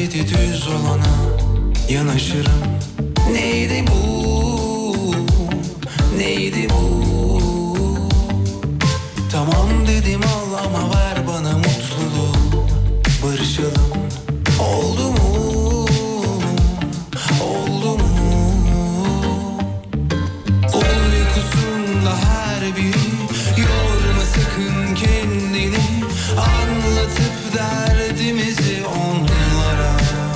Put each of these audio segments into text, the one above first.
dedi düz olana yanaşırım. Neydi bu? Neydi bu? Tamam dedim al ama ver bana mutluluğu. Barışalım. Oldu mu? Oldu mu? Uykusunda her biri yorma sakın kendini. Anlatıp derdimizi onlara.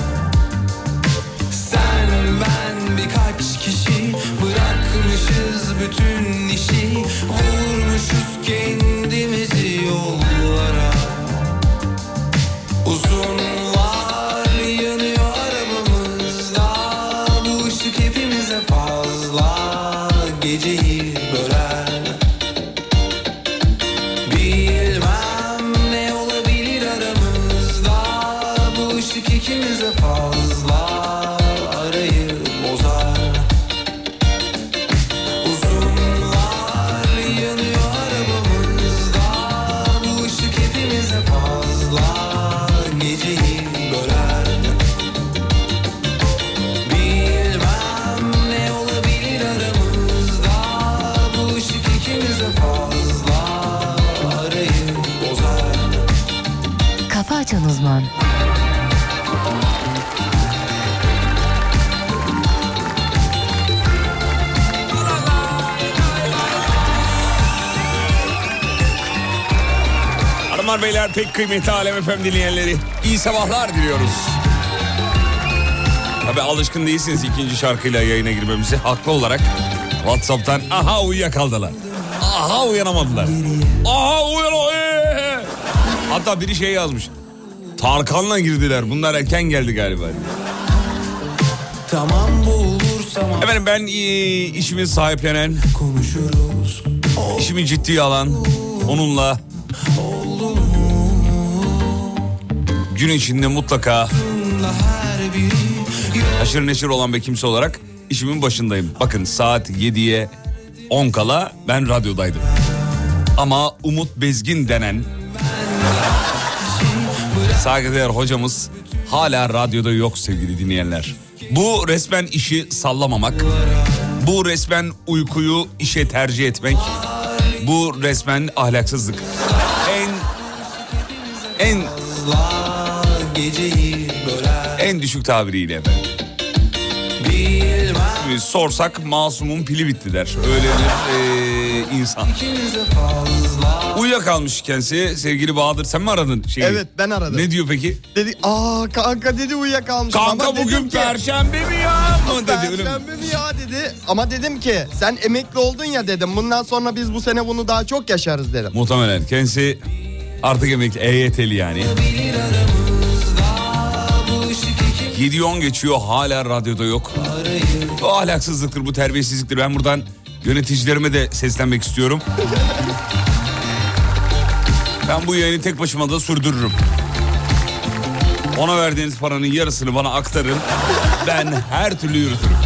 Sen ben birkaç kişi bırakmışız bütün işi. Vurmuşuz kendimizi yollara. Uzunlar yanıyor arabamızda. Bu ışık hepimize fazla. Geceyi böler. Bilmem ne olabilir aramızda. Bu ışık ikimize fazla. Arayı bozar. Uzunlar yanıyor arabamızda. Bu ışık hepimize fazla. Geceyi böler. Bilmem ne olabilir aramızda. Bu ışık ikimize fazla. Arayı bozar. Kafa Açan Uzman. Hanımlar beyler, pek kıymetli Alem FM dinleyenleri, iyi sabahlar diliyoruz. Tabii alışkın değilsiniz ikinci şarkıyla yayına girmemize. Haklı olarak WhatsApp'tan aha uyuyakaldılar. Aha uyanamadılar. Aha uyanamadılar. Hatta biri şey yazmış. Tarkan'la girdiler. Bunlar erken geldi galiba. Tamam bulursam Efendim ben işimi sahiplenen, konuşuruz. işimi ciddiye alan, onunla gün içinde mutlaka Her biri haşır neşir olan bir kimse olarak işimin başındayım. Bakın saat 7'ye 10 kala ben radyodaydım. Ama Umut Bezgin denen saygıdeğer hocamız hala radyoda yok sevgili dinleyenler. Bu resmen işi sallamamak. Bu resmen uykuyu işe tercih etmek. Bu resmen ahlaksızlık. En düşük tabiriyle efendim. Şimdi sorsak masumun pili bitti der. Öyle bir insan. Uyuyakalmış kendisi. Sevgili Bahadır, sen mi aradın şeyi? Evet, ben aradım. Ne diyor peki? Dedi kanka dedi uyuyakalmış. Kanka ama bugün perşembe mi ya? Perşembe mi ya dedi. Ama dedim ki sen emekli oldun ya dedim. Bundan sonra biz bu sene bunu daha çok yaşarız dedim. Muhtemelen kendisi artık emekli, EYT'li yani. 7-10 geçiyor, hala radyoda yok. Bu ahlaksızlıktır, bu terbiyesizliktir. Ben buradan yöneticilerime de seslenmek istiyorum. Ben bu yayını tek başıma da sürdürürüm. Ona verdiğiniz paranın yarısını bana aktarın. Ben her türlü yürütürüm.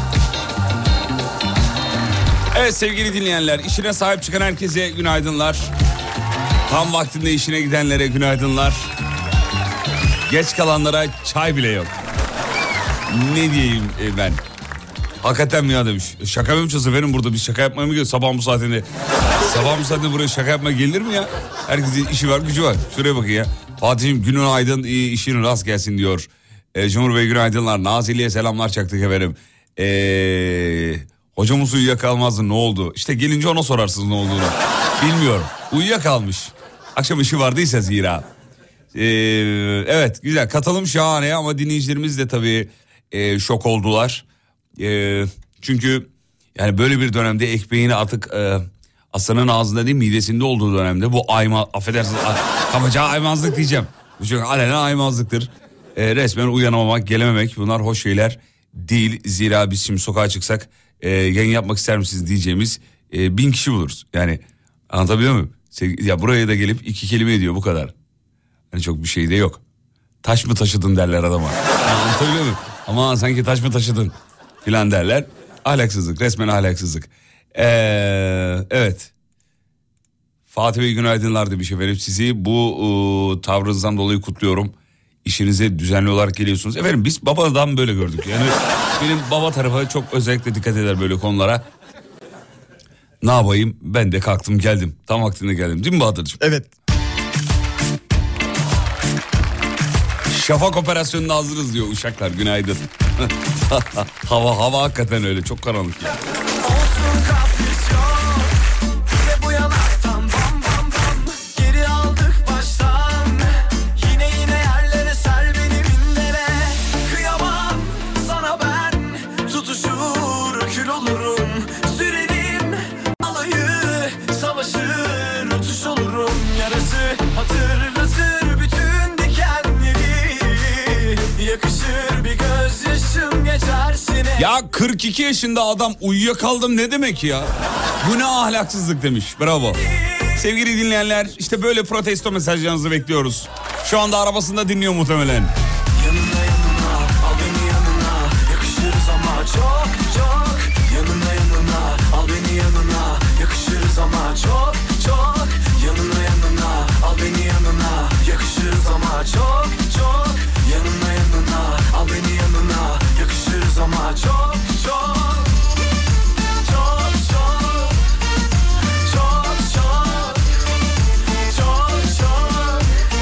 Evet sevgili dinleyenler, işine sahip çıkan herkese günaydınlar. Tam vaktinde işine gidenlere günaydınlar. Geç kalanlara çay bile yok. Ne diyeyim ben? Hakikaten mi ya demiş. Şaka mı yapacağız efendim burada? Biz şaka yapmaya mı gidiyoruz sabah bu saatinde? Sabah bu saatinde buraya şaka yapmaya gelir mi ya? Herkesin işi var, gücü var. Şuraya bakın ya. Fatih'im günün aydın, işin rast gelsin diyor. Cumhur Bey günaydınlar. Nazilli'ye selamlar çaktık efendim. Hocamız uyuyakalmazdı, ne oldu? İşte gelince ona sorarsınız ne olduğunu. Bilmiyorum. Uyuyakalmış. Akşam işi vardıysa zira. Evet güzel, katılım şahane ama dinleyicilerimiz de tabii şok oldular. Çünkü yani böyle bir dönemde ekmeğini artık aslanın ağzında değil midesinde olduğu dönemde bu affedersiniz kabaca aymazlık diyeceğim. Bu çünkü alenen aymazlıktır. Resmen uyanamamak, gelememek, bunlar hoş şeyler değil. Zira biz şimdi sokağa çıksak yayın yapmak ister misiniz diyeceğimiz 1000 kişi buluruz. Yani anlatabiliyor muyum? Ya buraya da gelip 2 kelime ediyor, bu kadar. Yani çok bir şey de yok. Taş mı taşıdın derler adama. Anlatabiliyor muyum? Ama sanki taş mı taşıdın filan derler. Ahlaksızlık, resmen ahlaksızlık. Evet. Fatih Bey günaydınlar demiş efendim. Sizi bu tavrınızdan dolayı kutluyorum. işinize düzenli olarak geliyorsunuz. Efendim biz babadan böyle gördük. Yani benim baba tarafı çok özellikle dikkat eder böyle konulara. Ne yapayım? Ben de kalktım geldim. Tam vaktinde geldim. Değil mi Bahadır'cığım? Evet. Şafak operasyonuna hazırız diyor uşaklar. Günaydın. hava hakikaten öyle. Çok karanlık ya. Olsun kaprisyon, bir de bu yanaktan bam bam bam. Geri aldık baştan, yine yerlere ser beni minlere. Kıyamam sana ben, tutuşur kül olurum. Sürerim alayı, savaşır uçuş olurum. Yarası hatırlatır bütün dikenleri, yakışır bir gözyaşım geçersine. Ya 42 yaşında adam uyuyakaldım ne demek ya? Bu ne ahlaksızlık demiş. Bravo. Sevgili dinleyenler, işte böyle protesto mesajlarınızı bekliyoruz. Şu anda arabasında dinliyor muhtemelen. Yanına yanına, al beni yanına, yakışırız ama çok çok. Yanına al beni yanına, yakışırız ama çok çok. Yanına al beni yanına, yakışırız ama çok çok. Yanına al beni yanına, yakışırız ama çok çok. Çok çok, çok çok, çok çok.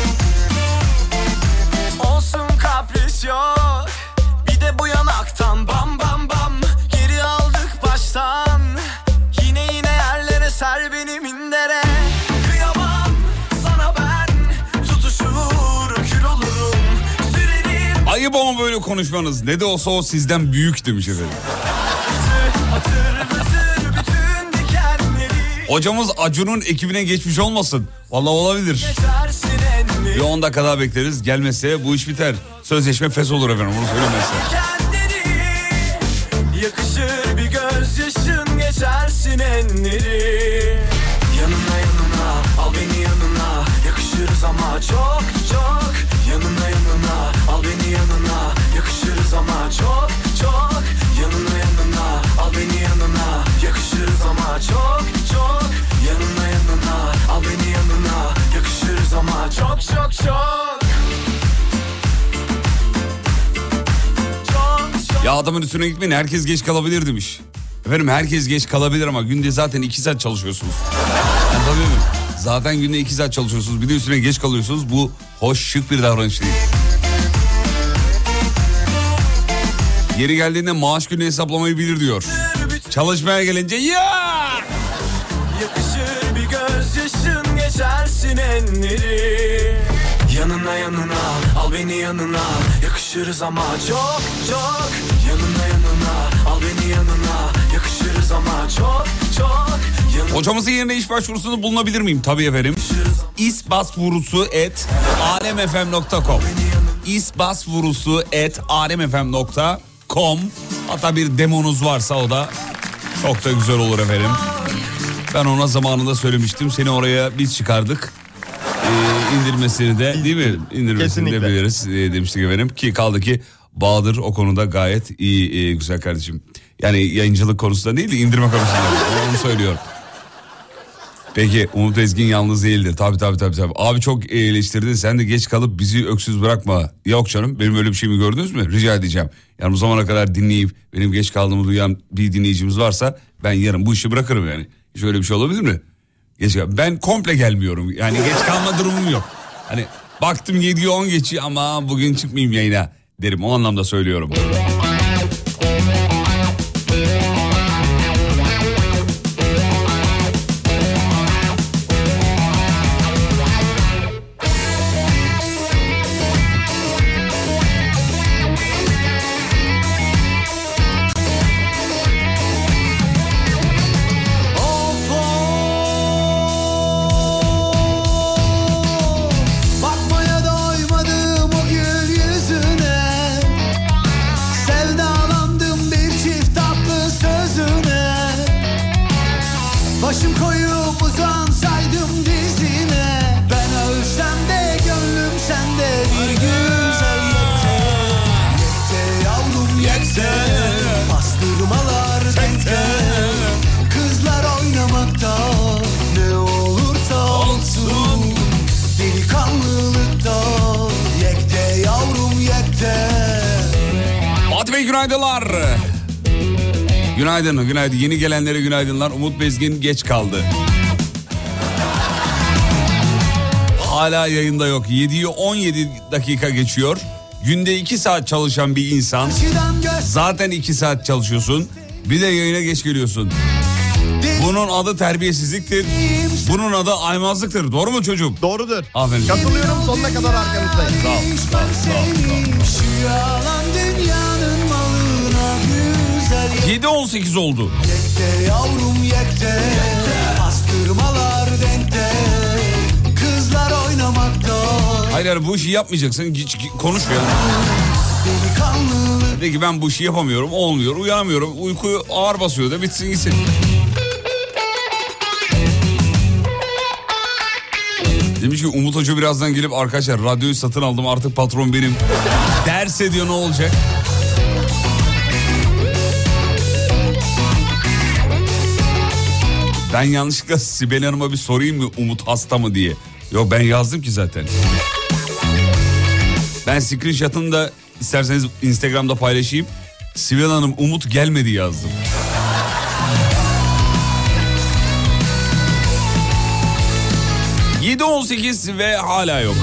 Olsun kapris yok, bir de bu yanaktan bam bam bam. Geri aldık baştan, yine yerlere ser beni mindere. Kıyamam sana ben, tutuşur kül olurum. Sürerim Ayıp ama böyle konuşmanız. Ne de olsa o sizden büyük demiş efendim. hatırlatır bütün dikenleri. Hocamız Acun'un ekibine geçmiş olmasın. Vallahi olabilir. Geçersin enli Bir 10 dakika daha bekleriz. Gelmezse bu iş biter. Sözleşme fes olur efendim. Onu söylemezse. kendini, yakışır bir gözyaşın geçersin enleri. Yanına al beni yanına, yakışırız ama çok çok. Yanına al beni yanına, yakışırız ama çok çok. Yanına al beni yanına, yakışırız ama çok çok. Yanına al beni yanına, yakışırız ama çok çok çok. Çok çok. Ya adamın üstüne gitmeyin, herkes geç kalabilir demiş. Efendim herkes geç kalabilir ama günde zaten 2 saat çalışıyorsunuz. Tabii mi? Zaten günde 2 saat çalışıyorsunuz, bir de üstüne geç kalıyorsunuz. Bu hoş, şık bir davranış değil. Yeri geldiğinde maaş günü hesaplamayı bilir diyor. Çalışmaya gelince ya! Yakışır bir gözyaşın geçersin enleri. Yanına al beni yanına, yakışırız ama çok çok. Yanına al beni yanına, yakışırız ama çok çok. Hocamızın yerine iş başvurusunda bulunabilir miyim? Tabii efendim. isbasvurusu@alemfm.com isbasvurusu@alemfm.com. Hatta bir demonuz varsa o da çok da güzel olur efendim. Ben ona zamanında söylemiştim. Seni oraya biz çıkardık. İndirmesini de değil mi? İndirmesini Kesinlikle. de biliriz demiştik efendim. Ki kaldı ki Bahadır o konuda gayet iyi güzel kardeşim. Yani yayıncılık konusunda değil de indirme konusunda. Onu söylüyorum. Peki Umut Ezgin yalnız değildir. Tabii. Abi çok eleştirdi. Sen de geç kalıp bizi öksüz bırakma. Yok canım, benim öyle bir şeyimi gördünüz mü? Rica edeceğim. Yani bu zamana kadar dinleyip benim geç kaldığımı duyan bir dinleyicimiz varsa ben yarın bu işi bırakırım yani. Hiç öyle bir şey olabilir mi? Ben komple gelmiyorum. Yani geç kalma durumum yok. Hani baktım 7'ye 10 geçiyor ama bugün çıkmayayım yayına derim. O anlamda söylüyorum. Bakmaya doymadım o gül yüzüne. günaydınlar. Günaydın. Yeni gelenlere günaydınlar. Umut Bezgin geç kaldı. Hala yayında yok. 7'yi 17 dakika geçiyor. Günde 2 saat çalışan bir insan. Zaten 2 saat çalışıyorsun. Bir de yayına geç geliyorsun. Bunun adı terbiyesizliktir. Bunun adı aymazlıktır. Doğru mu çocuğum? Doğrudur. Aferin. Katılıyorum, sonuna kadar arkanızdayım. Sağ ol. 7-18 oldu. Yekte yavrum yekte, pastırmalar denkte, kızlar oynamakta. Hayır bu işi yapmayacaksın. Konuş ya. De ki ben bu işi yapamıyorum, olmuyor, uyanamıyorum. Uyku ağır basıyor da bitsin gitsin. Demiş ki Umut Hoca birazdan gelip arkadaşlar radyoyu satın aldım artık patron benim derse diyor, ne olacak? Ben yanlışlıkla Sibel Hanım'a bir sorayım mı Umut hasta mı diye. Yok ben yazdım ki zaten. Ben screenshot'ını da isterseniz Instagram'da paylaşayım. Sibel Hanım Umut gelmedi yazdım. ...7-18 ve hala yok.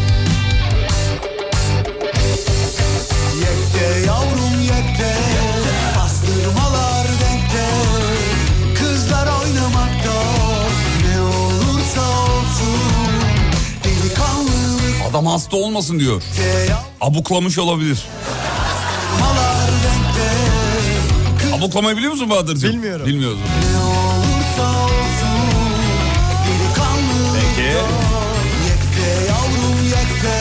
Yekte yavrum yekte, pastırmalar denkte, kızlar oynamakta. Ne olursa olsun delikanlılık. Adam hasta olmasın diyor. Abuklamış olabilir. Abuklamayı biliyor musun Bahadır'cığım? Bilmiyorum. Bilmiyorsun. Ne olursa olsun delikanlılık. Peki. Yekte yavrum yekte.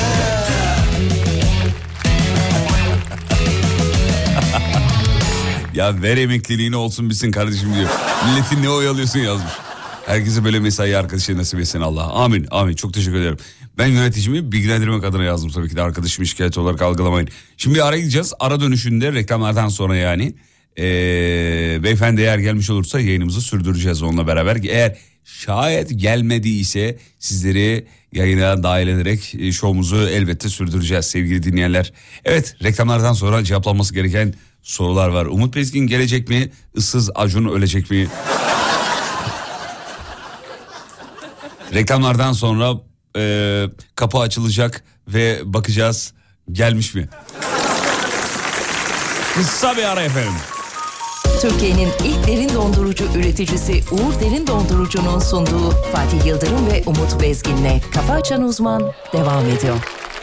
Ya ver emekliliğine olsun bitsin kardeşim diyor. Milletin ne oyalıyorsun yazmış. Herkese böyle mesai arkadaşı nasip etsin Allah. Amin amin, çok teşekkür ederim. Ben yöneticimi bilgilendirmek adına yazdım tabii ki de, arkadaşım şikayet olarak algılamayın. Şimdi bir ara gideceğiz. Ara dönüşünde reklamlardan sonra yani. Beyefendi eğer gelmiş olursa yayınımızı sürdüreceğiz onunla beraber. Eğer şayet gelmediyse sizleri yayına dahil ederek şovumuzu elbette sürdüreceğiz sevgili dinleyenler. Evet, reklamlardan sonra cevaplanması gereken sorular var. Umut Bezgin gelecek mi? Issız Acun ölecek mi? Reklamlardan sonra kapı açılacak ve bakacağız gelmiş mi? Kısa bir ara efendim. Türkiye'nin ilk derin dondurucu üreticisi Uğur Derin Dondurucu'nun sunduğu Fatih Yıldırım ve Umut Bezgin'le Kafa Açan Uzman devam ediyor.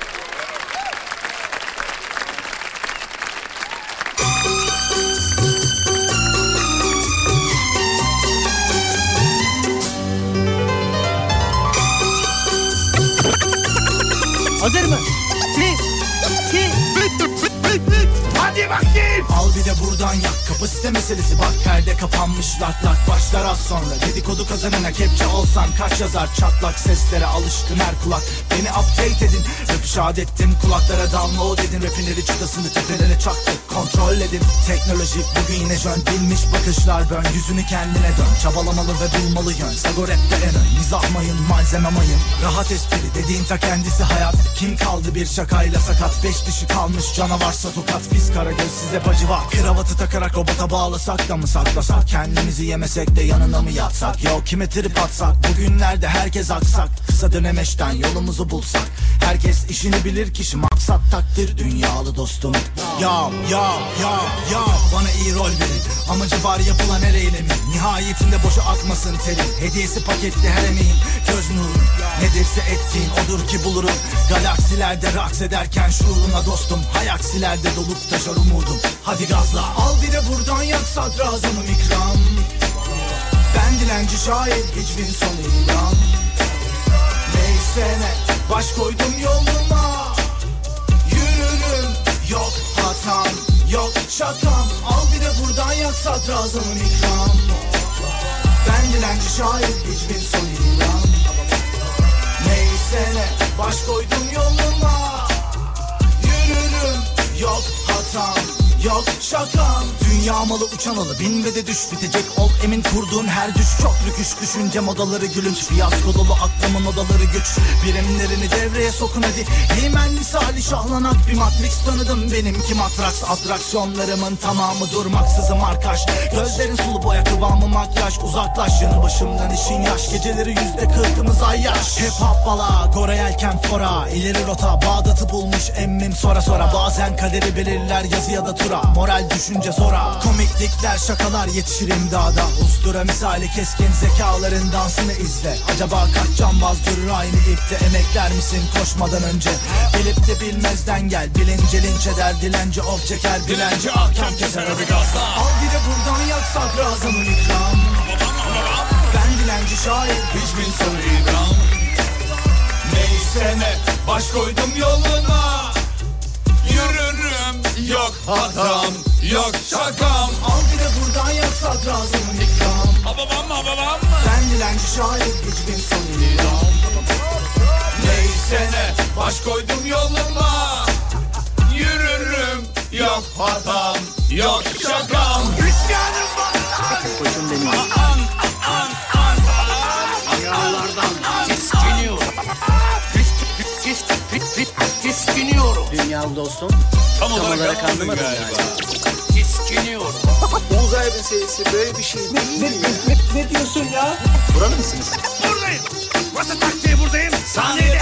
Hazır mı? Hadi bakayım. Al bir de buradan yak, kapasite meselesi bak, perde kapanmış lak lak başlar az sonra. Dedikodu kazanana kepçe olsan kaç yazar, çatlak seslere alışkın her kulak. Beni update edin, rap şahit ettim, kulaklara download edin. Rapinleri çıtasını tepelere çaktı, kontrol edin. Teknoloji bugün yine jön, bilmiş bakışlar bön. Yüzünü kendine dön, çabalamalı ve bulmalı yön. Sago rapte en ön, mizah mayın, malzeme mayın. Rahat espri dediğin ta kendisi hayat. Kim kaldı bir şakayla sakat, 5 dişi kalmış canavarsa tokat. Biz Karagöz size bacıvat, kravatı takarak robota bağlasak da mı saklasak? Kendimizi yemesek de yanına mı yatsak? Yo kime trip atsak? Bugünlerde herkes aksak. Kısa dönemeçten yolumuzu bulsak. Herkes işini bilir, kişi maksat takdir dünyalı dostum. Ya bana iyi rol verin, amacı var yapılan her eylemin. Nihayetinde boşa akmasın terim, hediyesi paketli her emeğin. Göz nurun nedirse ettiğin odur ki bulurum. Galaksilerde raks ederken şuuruna dostum. Hayaksilerde dolup taşar umudum. Hadi gazla, al bir de buradan yak sadrazamım ikram. Ben dilenci şair, hiçbir sonu ilan. Neyse ne, baş koydum yoluma. Yürürüm, yok hatam, yok şakam. Al bir de buradan yak sadrazamım ikram. Ben dilenci şair, hiçbir sonu ilan. Neyse ne, baş koydum yoluma. Yürürüm, yok hatam, yok şakam. Dünya yağmalı uçan alı, bin ve de düş. Bitecek ol emin kurduğun her düş. Çok lüküş düşünce modaları gülünç. Fiyasko dolu aklımın odaları güç. Birimlerini devreye sokun hadi. Heymen misali şahlanak bir Matrix tanıdım. Benimki matraks, atraksiyonlarımın tamamı durmaksızım arkadaş. Gözlerin sulu boya kıvamı makyaj. Uzaklaş yanı başımdan işin yaş. Geceleri %40'ımız ay yaş. Hep hop bala, Gore yelken fora. İleri rota, Bağdat'ı bulmuş emmim sonra sonra. Bazen kaderi belirler yazı ya da tura. Moral düşünce zora. Komiklikler şakalar yetişir imdada. Ustura misali keskin zekaların dansını izle. Acaba kaç cambaz durur aynı ipte. Emekler misin koşmadan önce? Bilip de bilmezden gel. Bilince linç eder dilenci of çeker. Dilenci ahkam keser hadi gazla. Al bir de buradan yak sadrazamın ikram. Ben dilenci şair hiçbir soru ikram. Neyse ne baş koydum yoluna. Yürürüm yok hatam yok şakam. Al bir de buradan yak sadrazamın ikram. Babam. Ben dilenci şair hiçbir soru ikram. Neyse ne baş koydum yoluma. Yürürüm yok hatam yok şakam. Rüzgarım var. Koçum benim. Dünyalardan tiskiniyorum. Tiskiniyorum. Dünyalı dostum. Tam olarak anlamadın galiba. Tiskiniyorum. Uzay meselesi böyle bir şey değil mi? Ne diyorsun ya? Buranın mısınız? Buradayım. Burası taktiği buradayım. Sahnede.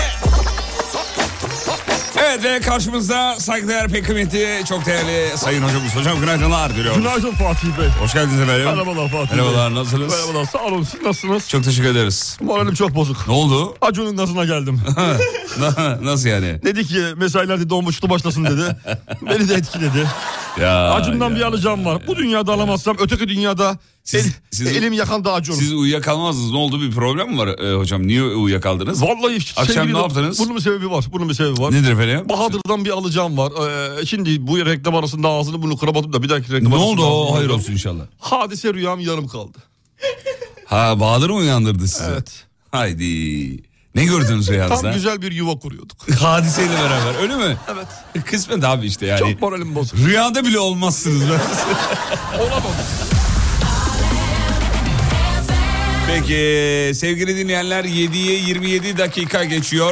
Evet ve karşımızda saygıdeğer pek kıymetli çok değerli sayın hocamız. Hocam günaydınlar diliyoruz. Günaydın Fatih Bey. Hoş geldiniz efendim. Merhabalar Fatih Bey. Merhabalar, nasılsınız? Merhabalar, sağ olun, siz nasılsınız? Çok teşekkür ederiz. Moralim çok bozuk. Ne oldu? Acun'un gazına geldim. Nasıl yani? Dedi ki mesailer dedi olmuştu başlasın dedi. Beni de etkiledi. Ya, Acun'dan bir alacağım var. Bu dünyada alamazsam öteki dünyada elim yakan da Acun. Siz uyuyakalmazdınız. Ne oldu, bir problem mi var hocam? Niye uyuyakaldınız? Vallahi akşam ne yaptınız? Bunun bir sebebi var. Nedir efendim? Bahadır'dan bir alacağım var. Şimdi bu reklam arasında ağzını bunu kıramadım da bir dahaki reklam Ne arasında. oldu o? Hayır olsun inşallah. Hadise rüyam yarım kaldı. Ha, Bahadır mı uyandırdı sizi? Evet. Haydi. Ne gördünüz rüyanızda? Tam güzel bir yuva kuruyorduk. Hadiseyle beraber, öyle mi? Evet. Kısmet abi işte yani. Çok moralim bozuk. Rüyada bile olmazsınız. Olamam. Peki sevgili dinleyenler, 7'ye 27 dakika geçiyor.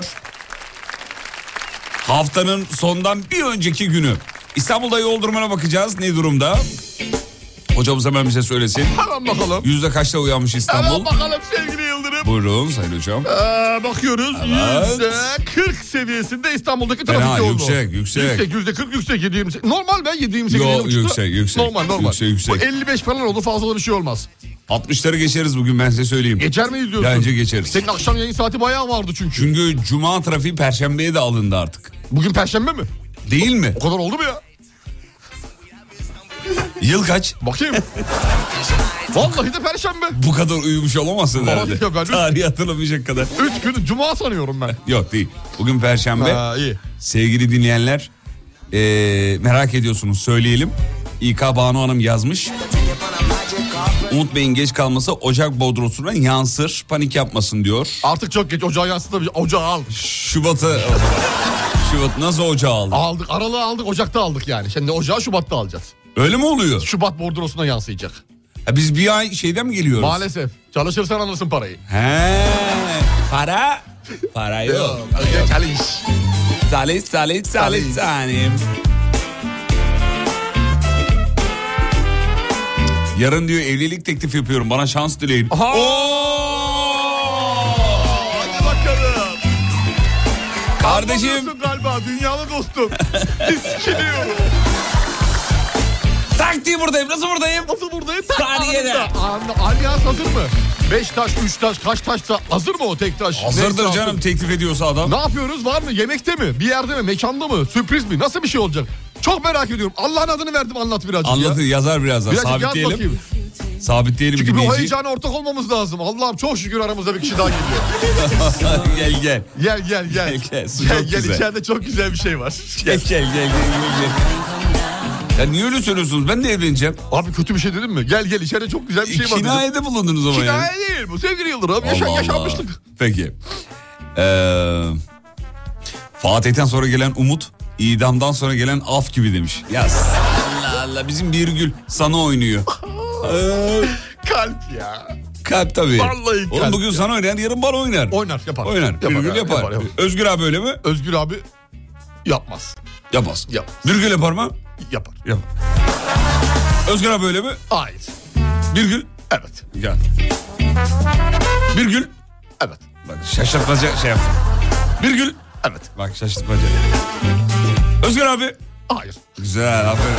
Haftanın sondan bir önceki günü. İstanbul'da yol durumuna bakacağız. Ne durumda? Hocamız hemen bize söylesin. Hemen bakalım. Yüzde kaçta uyanmış İstanbul? Hemen bakalım sevgili Yıldırım. Buyurun sayın hocam. Bakıyoruz. Evet. %40 seviyesinde İstanbul'daki Fena, trafik yoğunluğu. yüksek. %40 yüksek. 7.28. Normal be 7.28. Yok, yüksek. Normal. Yüksek. Bu 55 falan oldu, fazla bir şey olmaz. 60'ları geçeriz bugün, ben size söyleyeyim. Geçer miyiz diyorsun? Bence geçeriz. Senin akşam yayın saati bayağı vardı çünkü. Çünkü cuma trafiği perşembeye de alındı artık. Bugün perşembe mi? Değil mi? O kadar oldu mu ya? Yıl kaç? Bakayım. Vallahi de perşembe. Bu kadar uyumuş olamazsın herhalde. Yok, ben Tarihi hatırlamayacak kadar. 3 gün cuma sanıyorum ben. Yok değil. Bugün perşembe. İyi. Sevgili dinleyenler, merak ediyorsunuz, söyleyelim. İK Banu Hanım yazmış. Umut Bey'in geç kalması Ocak bodrosuna yansır, panik yapmasın diyor. Artık çok geç, ocağı yansıtamayacak. Ocağı al. Şubat nasıl ocağı aldı? Aldık, aralığı aldık, Ocak'ta aldık yani. Şimdi ocağı Şubat'ta alacağız. Öyle mi oluyor? Şubat bordrosuna yansıyacak. Ha, biz bir ay şeyden mi geliyoruz? Maalesef. Çalışırsan alırsın parayı. He. Para yok. Çalış. Salih sanim. Yarın diyor evlilik teklif yapıyorum, bana şans dileyin. Hadi bakalım. Kardeşim. Anlamıyorsun galiba dünyalı dostum. Tiskiniyorum. Taktiği buradayım. Nasıl buradayım? Nasıl buradayım? Saniyede. Alyans hazır mı? 5 taş, 3 taş, kaç taşsa hazır mı o tek taş? Hazırdır Neyse, canım, teklif ediyorsa adam. Ne yapıyoruz? Var mı? Yemekte mi? Bir yerde mi? Mekanda mı? Sürpriz mi? Nasıl bir şey olacak? Çok merak ediyorum. Allah'ın adını verdim, anlat birazcık Anlatın, ya. yazar birazdan. Birazcık yaz Sabitleyelim. bakayım. Sabitleyelim Çünkü bu dinleyici. heyecana ortak olmamız lazım. Allah'ım çok şükür aramızda bir kişi daha geliyor. Gel. Gel. Su çok güzel. İçeride çok güzel bir şey var. Gel. Ya niye öyle söylüyorsunuz? Ben de evleneceğim. Abi kötü bir şey dedim mi? Gel içeride çok güzel bir şey var dedim. Kinayede bulundunuz ama Kinaye yani. değil bu sevgili Yıldırım. Allah Yaşanmışlık. Allah. Peki. Fatih'ten sonra gelen umut, idamdan sonra gelen af gibi demiş. Yaz. Allah bizim Birgül sana oynuyor. Kalp ya. Kalp tabii. Vallahi kalp. Oğlum bugün sana oynayan yarın bana oynar. Oynar yapar. Birgül yapar. Özgür abi öyle mi? Özgür abi yapmaz. Yapmaz. Yapmaz. Birgül yapar mı? Yapar. Yapar. Özgür abi öyle mi? Hayır. Birgül? Evet. Gel. Birgül? Evet. Bak şaşırtmaca şey yaptım. Birgül? Evet. Bak şaşırtmaca. Özgür abi? Hayır. Güzel aferin.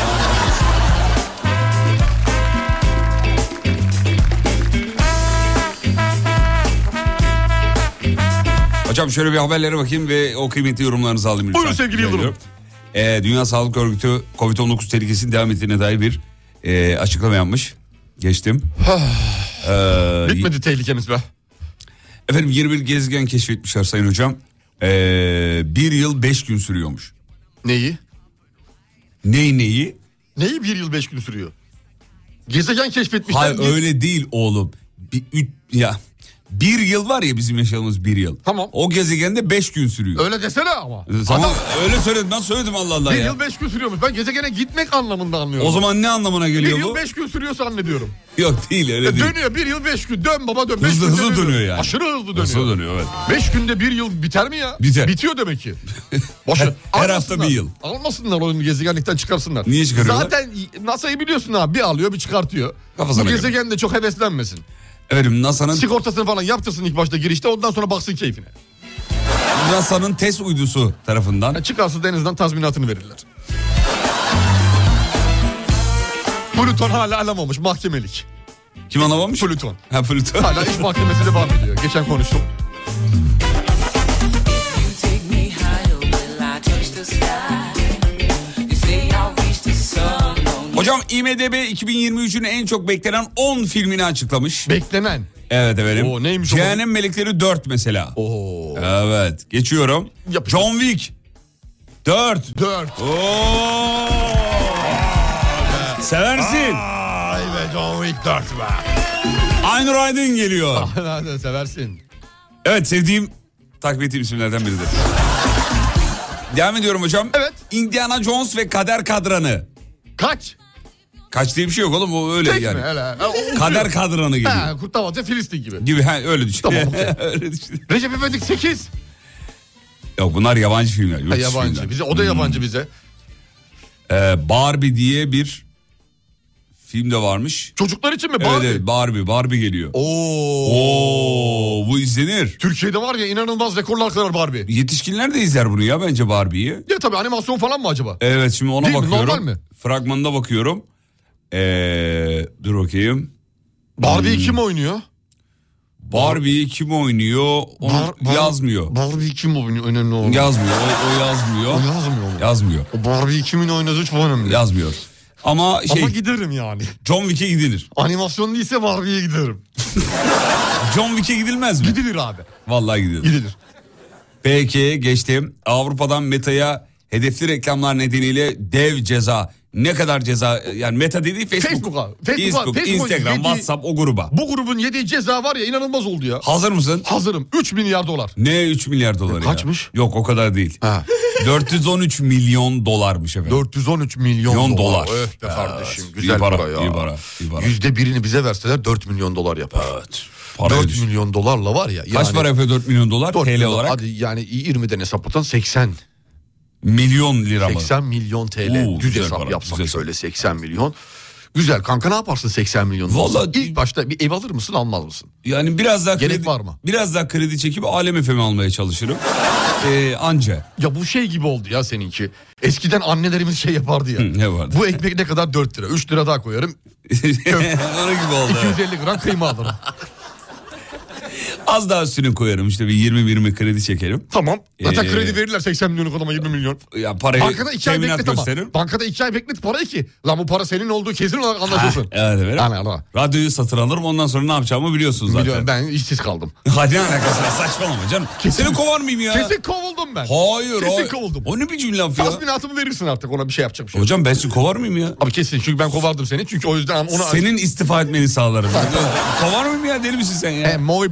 Hocam şöyle bir haberlere bakayım ve o kıymetli yorumlarınızı alayım lütfen. Buyurun sevgili Yıldırım. Dünya Sağlık Örgütü Covid-19 tehlikesinin devam ettiğine dair bir açıklama yapmış. Geçtim. Bitmedi tehlikemiz be. Efendim yeni bir gezegen keşfetmişler sayın hocam. 1 yıl 5 gün sürüyormuş. Neyi? Neyi? Neyi 1 yıl 5 gün sürüyor? Gezegen keşfetmişler. Hayır öyle değil oğlum. Bir yıl var ya bizim yaşadığımız 1 yıl. Tamam. O gezegende 5 gün sürüyor. Öyle desene ama. Tamam Adam öyle söyledim ben söyledim Allah Allah 1 ya. yıl 5 gün sürüyormuş. Ben gezegene gitmek anlamında anlıyorum. O zaman ne anlamına 1 geliyor yıl bu? 5 gün sürüyor zannediyorum. Yok değil öyle değil. Dönüyor 1 yıl 5 gün. Dön baba dön. Hızlı dönüyor yani. Aşırı hızlı dönüyor. Hızlı dönüyor evet. 5 günde 1 yıl biter mi ya? Biter. Bitiyor demek ki. Boşu. Her hafta 1 yıl. Almasınlar onu gezegenlikten çıkarsınlar. Niye çıkarıyorlar? Zaten NASA'yı biliyorsun abi bir alıyor bir çıkartıyor. Kafasına Bu göre. gezegen de çok heveslenmesin. Efendim Sigortasını falan yaptırsın ilk başta girişte ondan sonra baksın keyfine. NASA'nın test uydusu tarafından. Yani çıkarsa denizden tazminatını verirler. Plüton hala alamamış mahkemelik. Kim anlamamış? Plüton. Ha Plüton. Hala iş mahkemesi devam ediyor. Geçen konuştum. Hocam IMDb 2023'ün en çok beklenen 10 filmini açıklamış. Beklenen. Evet efendim. Oo, neymiş o? Cehennem Melekleri 4 mesela. Oo. Evet geçiyorum. Yapıştır. John Wick 4. 4. Oo. Seversin. Ay be John Wick 4 be. Aynur Aydın geliyor. Hadi seversin. Evet sevdiğim takip ettiğim isimlerden biridir. Devam ediyorum hocam. Evet. Indiana Jones ve Kader Kadranı. Kaç? Kaç diye bir şey yok oğlum o öyle Tek yani. mi? Hele. Kader Kadranı geliyor. Ha, Kurtavacı Filistin gibi. Gibi öyle düşün. Tamam, okey. Öyle düşün. Recep İvedik 8. Yok bunlar yabancı filmler. Yurt dışı Yabancı. filmler. Bize, o da yabancı bize. Barbie diye bir film de varmış. Çocuklar için mi? Barbie. Evet Barbie geliyor. Oo, bu izlenir. Türkiye'de var ya inanılmaz rekorlar kırar Barbie. Yetişkinler de izler bunu ya bence Barbie'yi. Ya tabii animasyon falan mı acaba? Evet şimdi ona Değil mi? bakıyorum. Normal mi? Fragmanına bakıyorum. Dur bakayım. Barbie'yi kim oynuyor? Barbie'yi kim oynuyor? Onu yazmıyor. Barbie kim oynuyor? Önemli olan. Yazmıyor. O yazmıyor. O yazmıyor mu? Yazmıyor. O Barbie'yi kimin oynadığı çok önemli. Yazmıyor. Ama Ama giderim yani. John Wick'e gidilir. Animasyon değilse Barbie'ye giderim. John Wick'e gidilmez mi? Gidilir abi. Vallahi gidilir. Gidilir. Peki geçtim. Avrupa'dan Meta'ya hedefli reklamlar nedeniyle dev ceza. Ne kadar ceza? Yani Meta dediği Facebook, Instagram, WhatsApp o gruba. Bu grubun yediği ceza var ya inanılmaz oldu ya. Hazır mısın? Hazırım. 3 milyar dolar. Ne 3 milyar dolar ya? Kaçmış? Yok o kadar değil. Ha. 413 milyon dolarmış efendim. 413 milyon dolar. Öf be kardeşim. Evet. Güzel İyi para, para ya. iyi para, iyi para. %1'ini bize verseler 4 milyon dolar yapar. Evet. Paraya 4 düşün. milyon dolarla var ya. Kaç para yapıyor 4 milyon dolar 4 TL milyon, olarak? Hadi yani 20'den hesaplatan 80. Milyon lira mı? 80 milyon TL. Oo, Düz güzel hesap para, yapsak güzel şöyle 80 milyon. Güzel kanka ne yaparsın 80 milyon dolar? Vallahi İlk başta bir ev alır mısın almaz mısın? Yani biraz daha Gerek kredi, var mı? Biraz daha kredi çekip Alem FM'i almaya çalışırım. Anca. Ya bu şey gibi oldu ya seninki. Eskiden annelerimiz şey yapardı ya. Ne vardı? Bu ekmek ne kadar 4 lira. 3 lira daha koyarım. Onun gibi oldu. 250 gram kıyma alırım. Az daha üstüne koyarım işte bir 20 kredi çekerim. Tamam. Zaten kredi verirler 80 milyonluk adama 20 milyon. Ya parayı Bankada 2 ay teminat beklet ama. gösterir. Bankada 2 ay beklet parayı ki. Lan bu para senin olduğu kesin olarak anlaşılsın. Evet. Ana. Radyoyu satın alırım ondan sonra ne yapacağımı biliyorsun zaten. Biliyorum, ben işsiz kaldım. Hadi ne alakası var saçmalama canım. Seni kovar mıyım ya? Kesin kovuldum ben. Hayır. Kesin kovuldum. O ne biçim laf ya? Tazminatımı verirsin artık ona bir şey yapacak bir şey. Hocam ben seni kovar mıyım ya? Abi kesin çünkü ben kovardım seni. Çünkü o yüzden ona... Senin istifa etmeni sağlarım. Kovar mıyım ya deli misin sen ya? Mobbing yaparım.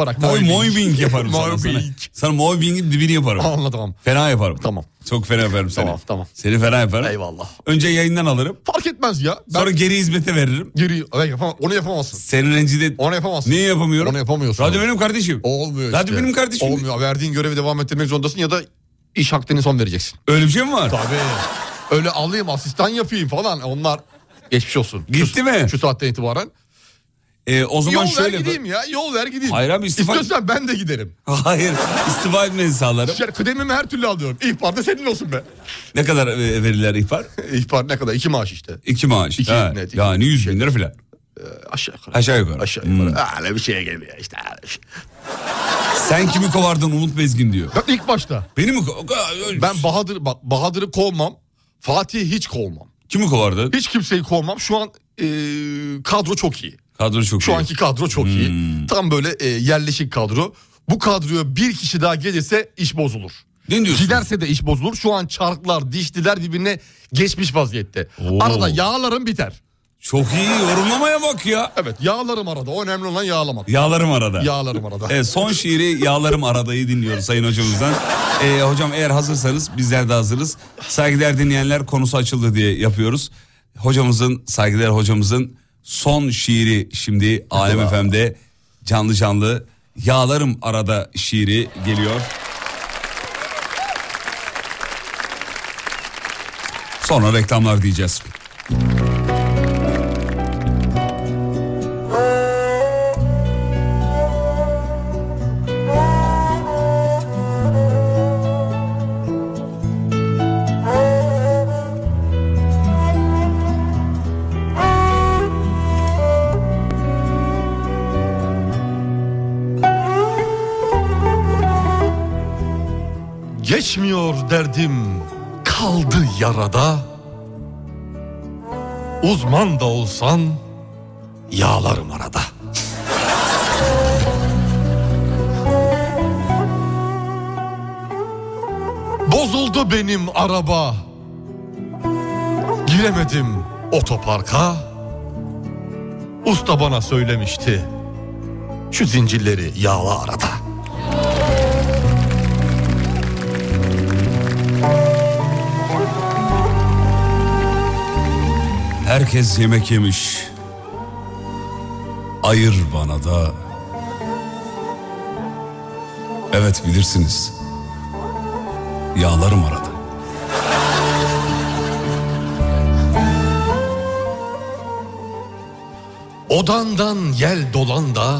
olarak. Tabii mobbing yaparım sana. Mobbing. Sana mobbingin dibini yaparım. Anladım. Fena yaparım. Tamam. Çok fena yaparım seni. Tamam. Seni fena yaparım. Eyvallah. Önce yayından alırım. Fark etmez ya. Sonra geri hizmete veririm. Onu yapamazsın. Senin rencide... Onu yapamazsın. Niye yapamıyorum? Onu yapamıyorsun. Radyo benim kardeşim. Olmuyor Radyo işte. benim kardeşim. Olmuyor. Verdiğin görevi devam ettirmek zorundasın ya da iş hakkını son vereceksin. Öyle bir şey mi var? Tabii. Öyle alayım asistan yapayım falan. Onlar geçmiş olsun. Gitti mi? Şu saatten itibaren. O zaman Yol şöyle... ver gideyim ya. Yol ver gideyim. Hayır abi İstiyorsan ben de giderim. Hayır. İstifa etmeni sağlarım. Kıdemimi her türlü alıyorum. İhbar da senin olsun be. Ne kadar verirler ihbar? İhbar ne kadar? 2 maaş işte. 2 maaş. 2 net. Yani 100 bin lira filan. Aşağı yukarı. Aşağı yukarı. Aşağı yukarı. Öyle bir şeye geliyor işte. Sen kimi kovardın Umut Bezgin diyor. Ben ilk başta. Beni mi Ben Bahadır'ı kovmam. Fatih'i hiç kovmam. Kimi kovardın? Hiç kimseyi kovmam. Şu an kadro çok iyi. Kadro çok iyi. Şu anki kadro çok iyi. Tam böyle yerleşik kadro. Bu kadroya bir kişi daha gelirse iş bozulur. Ne diyorsun? Giderse de iş bozulur. Şu an çarklar, dişliler birbirine geçmiş vaziyette. Oo. Arada yağlarım biter. Çok iyi yorumlamaya bak ya. Evet, yağlarım arada. O önemli olan yağlamak. Yağlarım arada. Yağlarım arada. Evet, son şiiri Yağlarım Arada'yı dinliyoruz sayın hocamızdan. Hocam eğer hazırsanız bizler de hazırız. Saygıdeğer dinleyenler, konusu açıldı diye yapıyoruz. Saygıdeğer hocamızın son şiiri şimdi Alem FM'de canlı Yağlarım Arada şiiri geliyor. Sonra reklamlar diyeceğiz. Geçmiyor derdim, kaldı yarada. Uzman da olsan yağlarım arada. Bozuldu benim araba. Giremedim otoparka. Usta bana söylemişti, şu zincirleri yağla arada. Herkes yemek yemiş. Ayır bana da. Evet, bilirsiniz. Yağlarım arada. Odandan yel dolan da,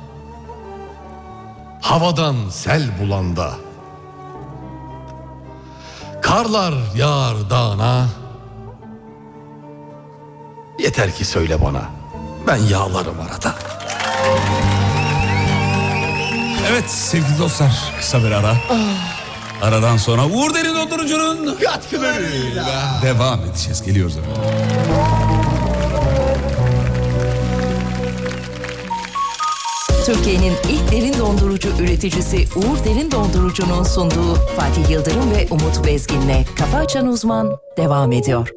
havadan sel bulan da, karlar yağar dağına, yeter ki söyle bana, ben yağlarım arada. Evet sevgili dostlar, kısa bir ara. Aradan sonra Uğur Derin Dondurucu'nun katkılarıyla devam edeceğiz. Geliyoruz efendim. Türkiye'nin ilk derin dondurucu üreticisi Uğur Derin Dondurucu'nun sunduğu Fatih Yıldırım ve Umut Bezgin'le Kafa Açan Uzman devam ediyor.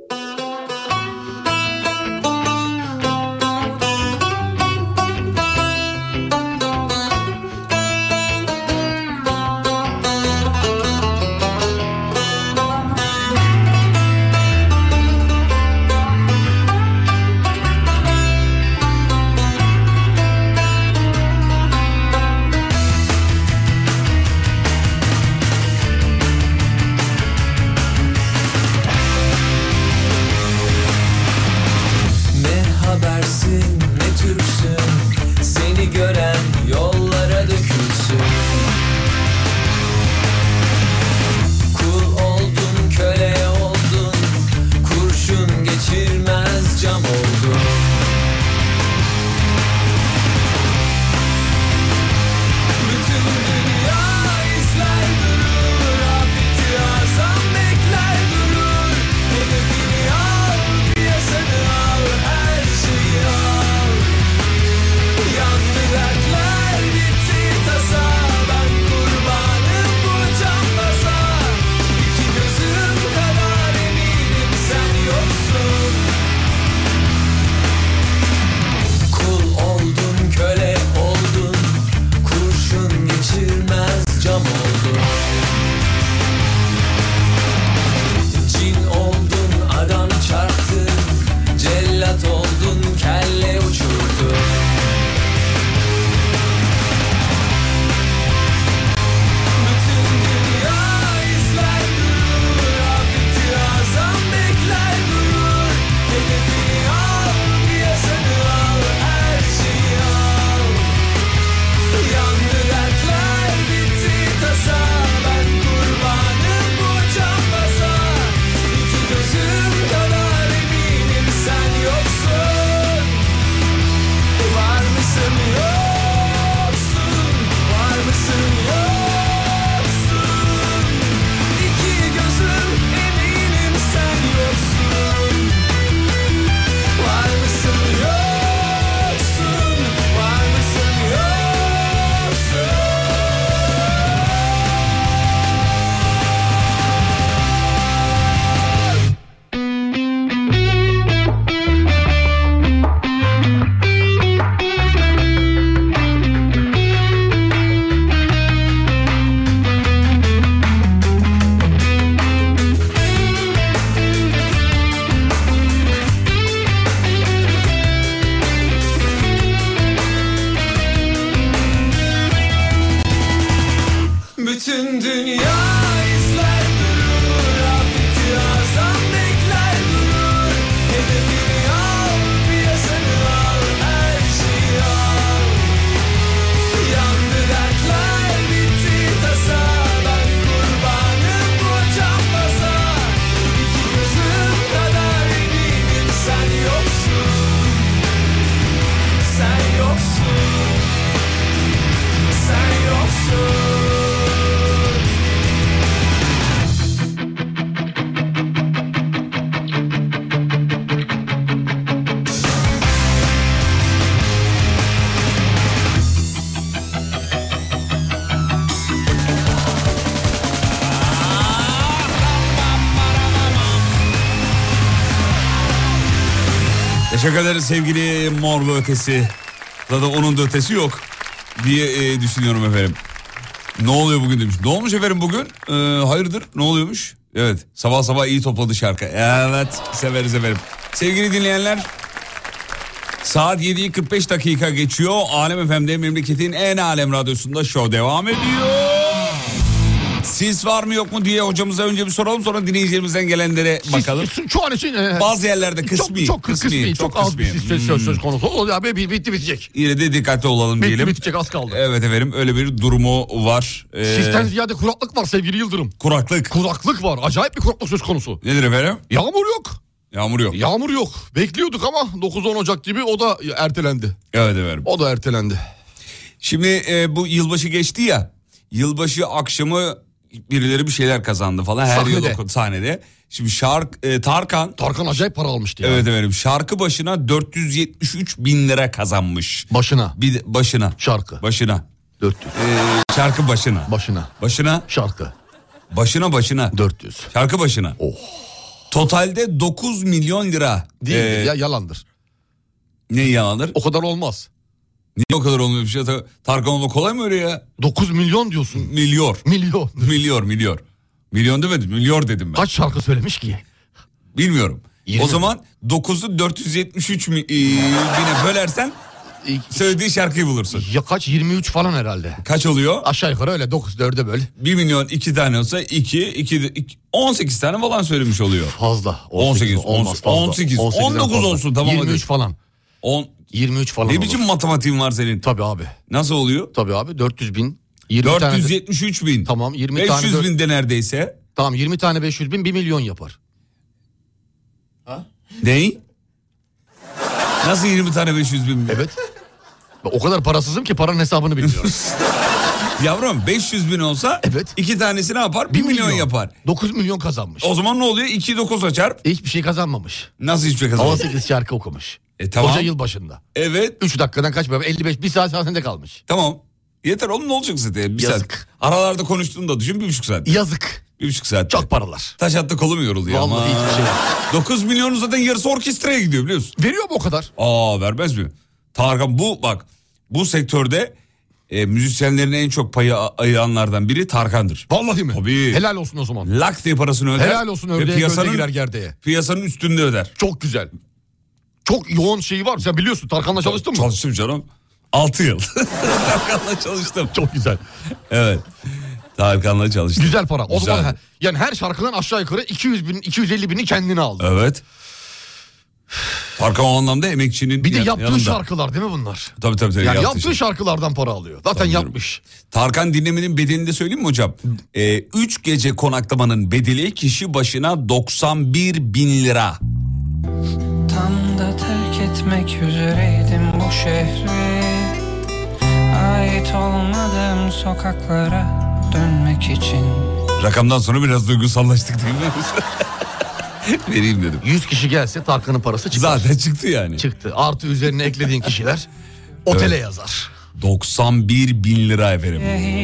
Tüm dünya izler durur, afeti azam bekler durur. Hedefini al, piyasanı al, her şeyi al. Yandı dertler, bitti tasa, ben kurbanım bu cambaza. İki gözüm kadar eminim sen yoksun, sen yoksun, sen yoksun. Teşekkür ederiz sevgili Mor ve Ötesi. Zaten onun da ötesi yok diye düşünüyorum efendim. Ne oluyor bugün demiş. Ne olmuş efendim bugün? Hayırdır, ne oluyormuş? Evet, sabah sabah iyi topladı şarkı. Evet, severiz efendim. Sevgili dinleyenler, saat 7'yi 45 dakika geçiyor. Alem FM'de, memleketin en alem radyosunda show devam ediyor. Sis var mı yok mu diye hocamıza önce bir soralım, sonra dinleyicilerimizden gelenlere bakalım. Şu an için Bazı yerlerde kısmi. çok az bir sis söz konusu. O ya bitti bitecek. Yine de dikkatli olalım diyelim. Bitecek, az kaldı. Evet efendim, öyle bir durumu var. Sisten ziyade kuraklık var sevgili Yıldırım. Kuraklık var. Acayip bir kuraklık söz konusu. Nedir efendim? Yağmur yok. Yağmur yok. Bekliyorduk ama 9-10 Ocak gibi o da ertelendi. Evet efendim. O da ertelendi. Şimdi bu yılbaşı geçti ya. Yılbaşı akşamı birileri bir şeyler kazandı falan. Her Sahnede. yıl sahnede. Şimdi Tarkan acayip para almıştı ya. Evet efendim, şarkı başına 473 bin lira kazanmış. Başına. Başına. Şarkı. Başına. 400. Şarkı başına. Başına. Şarkı. Başına. 400. Şarkı başına. Oh. Totalde 9 milyon lira. Değil ya, yalandır. Ne yalandır? O kadar olmaz. Niye o kadar olmuyor bir şey? Tarkan olma kolay mı öyle ya? 9 milyon diyorsun. Milyon demedim, milyar dedim ben. Kaç şarkı söylemiş ki? Bilmiyorum. 20. O zaman 9'u 473 bine bölersen söylediği şarkıyı bulursun. Ya kaç? 23 falan herhalde. Kaç oluyor? Aşağı yukarı öyle 9-4'e böl. 1 milyon 2 tane olsa 18 tane falan söylemiş oluyor. Fazla. 18 olmaz fazla. 19 olsun, tamam 23 hadi. falan. 23 falan Ne olur. biçim matematiğin var senin? Tabii abi. Nasıl oluyor? Tabii abi, 400 bin. 473 bin. Tamam, 20 500 tane. bin de neredeyse. Tamam, 20 tane 500 bin 1 milyon yapar. Ney? Nasıl 20 tane 500 bin? Evet. O kadar parasızım ki paranın hesabını bilmiyorum. Yavrum 500 bin olsa evet. 2 tanesi ne yapar? 1 milyon yapar. 9 milyon kazanmış. O zaman ne oluyor? 2'yi 9'a çarp. Hiçbir şey kazanmamış. Nasıl hiçbir şey kazanmamış? 18 şarkı okumuş. Tamam. Hoca yıl başında. Evet. 3 dakikadan kaç bölüm? 55, 1 saat saatinde kalmış. Tamam. Yeter oğlum, ne olacak zaten? Yazık. Saat. Aralarda konuştuğunu da düşün, 1,5 saat. Yazık. 1,5 saat. Çok paralar. Taş attı kolum yoruldu ya. Vallahi hiçbir şey yok. 9 milyonun zaten yarısı orkestraya gidiyor biliyorsun. Veriyor mu o kadar? Vermez mi? Tarkan bu sektörde müzisyenlerin en çok payı ayıranlardan biri Tarkan'dır. Vallahi mi? Tabii. Helal olsun o zaman. Lak diye parasını öder. Helal olsun, ördeğe gölde girer gerdeğe. Piyasanın üstünde öder. Çok güzel. Çok yoğun şeyi var. Sen biliyorsun, Tarkan'la çalıştın mı? Çalıştım canım. 6 yıl. Tarkan'la çalıştım. Çok güzel. Evet. Tarkan'la çalıştım. Güzel para. O Güzel. zaman yani her şarkıdan aşağı yukarı 200 bin, 250 bini kendine aldı. Evet. Tarkan o anlamda emekçinin Bir de yaptığı yanında. şarkılar değil mi bunlar? Tabii. Yani yaptığı şarkılardan para alıyor. Zaten Tabii yapmış. Tarkan dinlemenin bedelini de söyleyeyim mi hocam? 3 gece konaklamanın bedeli kişi başına 91 bin lira. Tam da terk etmek üzereydim bu şehri. Ait olmadığım sokaklara dönmek için. Rakamdan sonra biraz duygusallaştık değil mi? Vereyim dedim. 100 kişi gelse Tarkan'ın parası çıkar. Zaten çıktı yani. Çıktı. Artı üzerine eklediğin kişiler otele yazar. 91 bin lira efendim.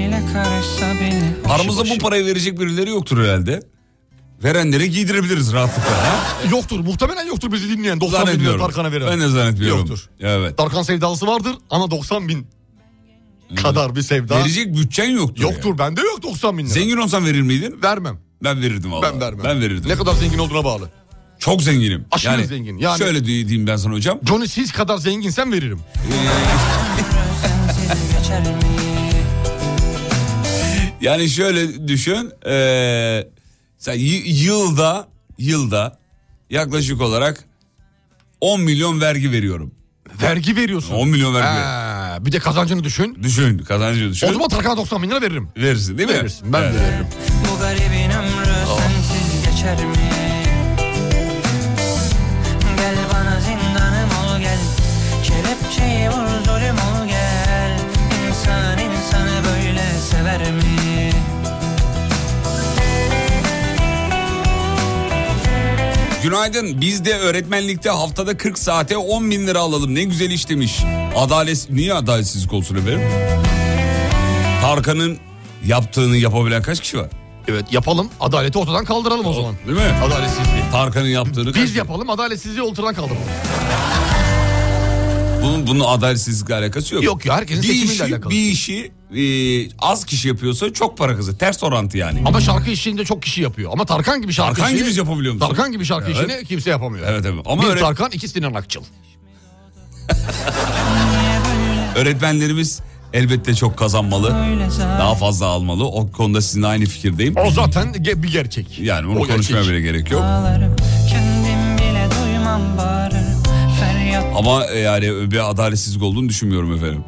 Aramızda bu parayı verecek birileri yoktur herhalde. Verenlere giydirebiliriz rahatlıkla. Ha? Yoktur. Muhtemelen yoktur bizi dinleyen. 90 bin lira Tarkan'a veren. Ben de zannetmiyorum. Yoktur. Evet. Tarkan sevdalısı vardır ama 90 bin kadar bir sevda. Verecek bütçen yoktur. Yoktur. Yani. Bende yok 90 bin lira. Zengin olsan verir miydin? Vermem. Ben verirdim vallahi. Ben vermem. Ben verirdim. Ne kadar zengin olduğuna bağlı. Çok zenginim. Aşırı zengin. Yani şöyle diyeyim ben sana hocam. Johnny Siz kadar zenginsen veririm. Yani şöyle düşün. Sen yılda yaklaşık olarak 10 milyon vergi veriyorum. Vergi veriyorsun. 10 milyon vergi veriyorum. Bir de kazancını düşün. Düşün, kazancını düşün. O zaman Tarkan'a 90 bin lira veririm. Verirsin değil mi? Verirsin, ben de veririm. Bu garibin ömrü sensiz geçer mi? Gel bana zindanım ol gel, kelepçeyi vur zulüm ol gel. İnsan insanı böyle sever mi? Günaydın. Biz de öğretmenlikte haftada 40 saate 10 bin lira alalım. Ne güzel iş demiş. Niye adaletsizlik olsun efendim? Tarkan'ın yaptığını yapabilen kaç kişi var? Evet, yapalım. Adaleti ortadan kaldıralım o zaman. Değil mi? Adaletsizliği. Tarkan'ın yaptığını... Biz yapalım, adaletsizliği ortadan kaldıralım. Bunun adaletsizlikle alakası yok. Yok ya, herkesin seçimiyle alakalı. Bir işi az kişi yapıyorsa çok para kazanır. Ters orantı yani. Ama şarkı işini de çok kişi yapıyor. Ama Tarkan gibi şarkı Tarkan işini... gibi yapabiliyor musun? Tarkan gibi şarkı işini kimse yapamıyor. Evet. Ama bir Tarkan, iki Sinan Akçıl. Öğretmenlerimiz elbette çok kazanmalı. Daha fazla almalı. O konuda sizinle aynı fikirdeyim. O zaten bir gerçek. Yani bunu konuşmaya bile gerek yok. Kendim bile duymam bağırırım, feryat. Ama yani bir adaletsizlik olduğunu düşünmüyorum efendim.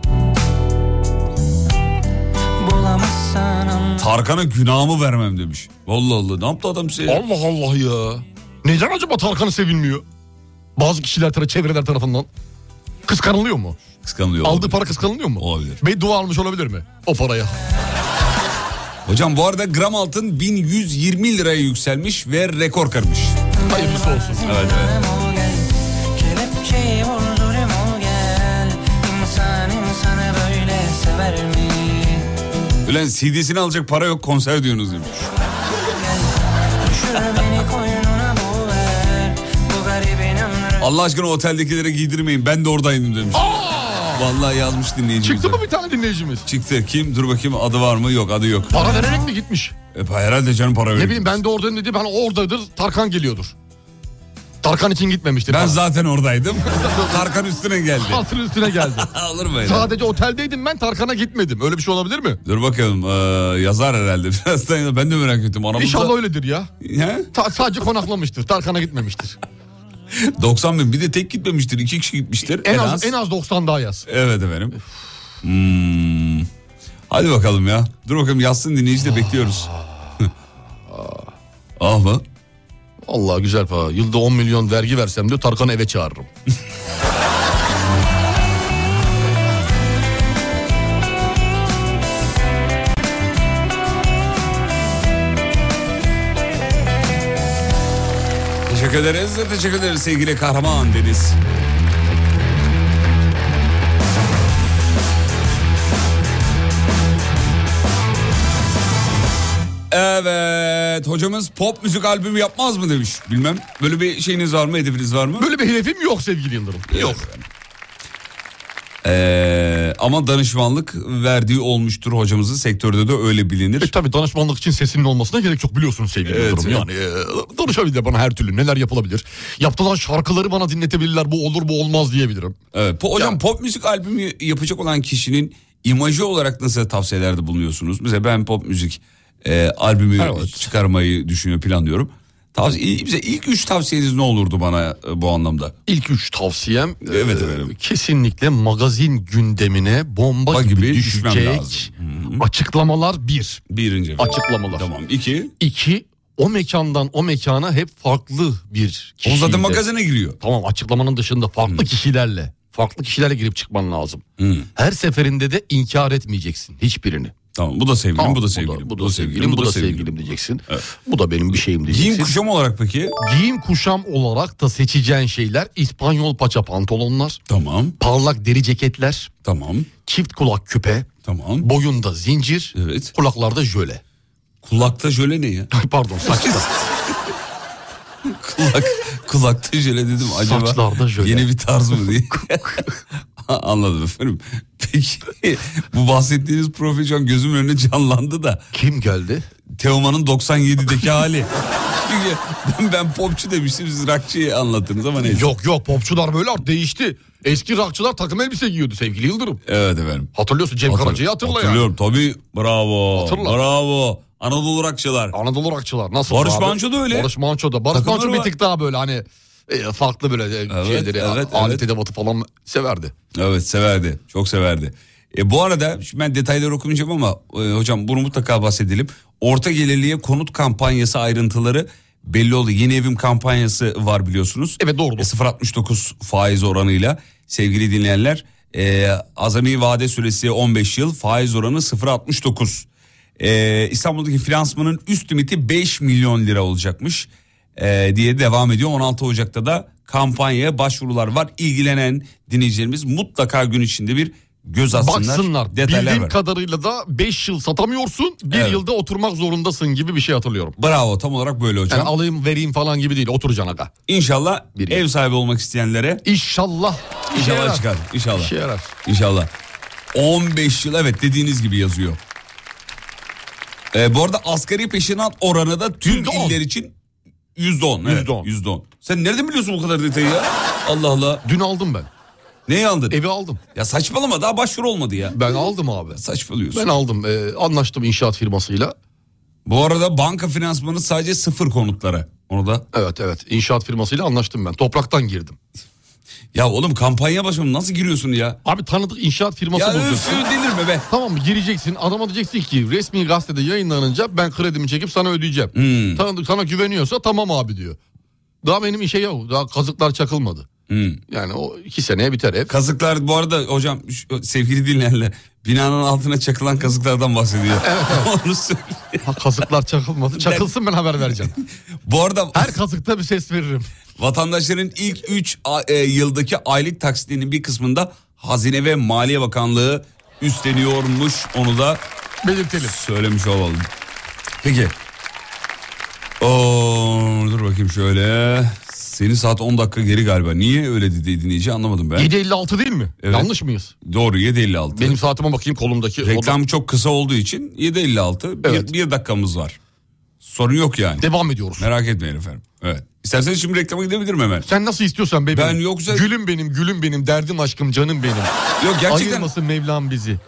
Tarkan'a günahımı vermem demiş. Vallahi Allah, ne yaptı adam size? Allah Allah ya. Neden acaba Tarkan'ı sevilmiyor? Bazı kişiler çevreler tarafından. Kıskanılıyor mu? Kıskanılıyor. Aldığı para kıskanılıyor mu? Olabilir. Beddua almış olabilir mi? O paraya. Hocam bu arada gram altın 1120 liraya yükselmiş ve rekor kırmış. Hayırlısı olsun. Evet. Kelepçeyi vur zulüm ol gel. İnsan insanı böyle sever mi? Ulan CD'sini alacak para yok, konser diyorsunuz demiş. Düşür beni koynuna boğver. Bu garibin ömrü. Allah aşkına oteldekilere giydirmeyin, ben de oradaydım demiş. Vallahi yazmış dinleyicimiz. Çıktı mı bir tane dinleyicimiz? Çıktı. Kim? Dur bakayım, adı var mı? Yok, adı yok. Para vererek mi gitmiş? Herhalde canım, para veriyor. Ne bileyim, ben de oradayım dedi. Ben oradadır, Tarkan geliyordur. Tarkan için gitmemiştir. Ben zaten oradaydım. Tarkan üstüne geldi. Altın üstüne geldi. Olur mu öyle? Sadece oteldeydim ben, Tarkan'a gitmedim. Öyle bir şey olabilir mi? Dur bakalım, yazar herhalde. Birazdan ben de merak ettim. İnşallah öyledir ya. He? Sadece konaklamıştır. Tarkan'a gitmemiştir. 90 bin, bir de tek gitmemiştir. 2 kişi gitmiştir. En az 90 daha yaz. Evet efendim. Hadi bakalım ya. Dur bakalım, yazsın dinleyici de bekliyoruz. mı? Allah, güzel para. Yılda 10 milyon vergi versem diyor, Tarkan'ı eve çağırırım. Teşekkür ederiz. Teşekkür ederiz sevgili kahraman Deniz. Evet, hocamız pop müzik albümü yapmaz mı demiş. Bilmem, böyle bir şeyiniz var mı, hedefiniz var mı? Böyle bir hedefim yok sevgili Yıldırım. Yok. Ama danışmanlık verdiği olmuştur hocamızın, sektörde de öyle bilinir. Tabii danışmanlık için sesinin olmasına gerek yok, biliyorsunuz sevgili Yıldırım. Yani danışabilir bana her türlü, neler yapılabilir. Yapılan şarkıları bana dinletebilirler, bu olur bu olmaz diyebilirim. Evet, hocam pop müzik albümü yapacak olan kişinin imajı olarak nasıl tavsiyelerde bulunuyorsunuz? Mesela ben pop müzik albümü çıkarmayı düşünüyorum, planlıyorum. Bize ilk 3 tavsiyeniz ne olurdu bana bu anlamda? İlk 3 tavsiyem evet efendim. Kesinlikle magazin gündemine bomba gibi düşecek açıklamalar. Birinci. Açıklamalar. Tamam. 2 o mekandan o mekana hep farklı bir kişiyle. O zaten magazine giriyor. Tamam, açıklamanın dışında farklı kişilerle. Farklı kişilerle girip çıkman lazım. Her seferinde de inkar etmeyeceksin hiçbirini. Tamam, bu da sevgilim, bu da sevgilim. Bu da sevgilim, bu da sevgilim diyeceksin. Evet. Bu da benim bir şeyim diyeceksin. Giyim kuşam olarak peki? Giyim kuşam olarak da seçeceğin şeyler İspanyol paça pantolonlar. Tamam. Parlak deri ceketler. Tamam. Çift kulak küpe. Tamam. Boyunda zincir. Evet. Kulaklarda jöle. Kulakta jöle ne ya? Pardon, saçta. Kulakta jöle dedim, acaba saçlarda jöle. Yeni bir tarz mı diye. Anladım efendim. Peki bu bahsettiğiniz profil şu an gözümün önüne canlandı da. Kim geldi? Teoman'ın 97'deki hali. Ben popçu demiştim, siz rockçıyı anlattınız ama neyse. Yok popçular böyle artık değişti. Eski rockçılar takım elbise giyiyordu sevgili Yıldırım. Evet efendim. Hatırlıyorsun Cem Karaca'yı Hatırlıyorum tabii, bravo. Hatırla. Bravo. Anadolu rockçılar. Anadolu rockçılar nasıl Barış abi? Manço da öyle. Barış Manço da. Barış Takımları Manço bir var. tık daha böyle hani farklı böyle şeyleri, alet edevatı falan severdi. Evet severdi, çok severdi. Bu arada şimdi ben detayları okumayacağım ama hocam bunu mutlaka bahsedelim. Orta gelirliye konut kampanyası ayrıntıları belli oldu. Yeni evim kampanyası var biliyorsunuz. Evet doğru. 0.69 faiz oranıyla sevgili dinleyenler. Azami vade süresi 15 yıl, faiz oranı 0.69. İstanbul'daki finansmanın üst limiti 5 milyon lira olacakmış diye devam ediyor. 16 Ocak'ta da kampanyaya başvurular var. İlgilenen dinleyicilerimiz mutlaka gün içinde bir göz atsınlar. Baksınlar. Bildiğim kadarıyla da 5 yıl satamıyorsun, 1 yılda oturmak zorundasın gibi bir şey hatırlıyorum. Bravo, tam olarak böyle hocam. Yani alayım vereyim falan gibi değil, oturacaksın aga. İnşallah ev sahibi olmak isteyenlere. İnşallah çıkar. İnşallah. İşe yarar. İnşallah. 15 yıl, evet dediğiniz gibi yazıyor. Bu arada asgari peşinat oranı da tüm %10. iller için %10. Evet, %10. Sen nereden biliyorsun bu kadar detayı ya? Allah Allah. Dün aldım ben. Neyi aldın? Evi aldım. Ya saçmalama, daha başvuru olmadı ya. Ben aldım abi. Saçmalıyorsun. Ben aldım. Anlaştım inşaat firmasıyla. Bu arada banka finansmanı sadece 0 konutlara. Onu da. Evet. İnşaat firmasıyla anlaştım ben. Topraktan girdim. Ya oğlum kampanya başımı nasıl giriyorsun ya? Abi tanıdık inşaat firması ya bulacaksın. Ya delirme be. Tamam mı, gireceksin, adama diyeceksin ki resmi gazetede yayınlanınca ben kredimi çekip sana ödeyeceğim. Tanıdık, sana güveniyorsa tamam abi diyor. Daha benim işe yok. Daha kazıklar çakılmadı. Yani o 2 seneye biter ev. Kazıklar bu arada hocam, sevgili dinleyenler, binanın altına çakılan kazıklardan bahsediyor. Evet. Onu söyleyeyim. Kazıklar çakılmadı. Çakılsın, ben haber vereceğim. Bu arada her kazıkta bir ses veririm. Vatandaşların ilk 3 yıldaki aylık taksitinin bir kısmında Hazine ve Maliye Bakanlığı üstleniyormuş. Onu da belirtelim. Söylemiş olalım. Peki. Dur bakayım şöyle. Senin saat 10 dakika geri galiba. Niye öyle dedi dinleyici, anlamadım ben. 7.56 değil mi? Evet. Yanlış mıyız? Doğru, 7.56. Benim saatime bakayım, kolumdaki. Reklam çok kısa olduğu için 7.56. Evet. Bir dakikamız var. Sorun yok yani. Devam ediyoruz. Merak etmeyin efendim. Evet. İsterseniz şimdi reklama gidebilirim hemen. Sen nasıl istiyorsan bebeğim. Ben yoksa... Gülüm benim, derdim aşkım, canım benim. Yok gerçekten. Ayırmasın Mevlam bizi.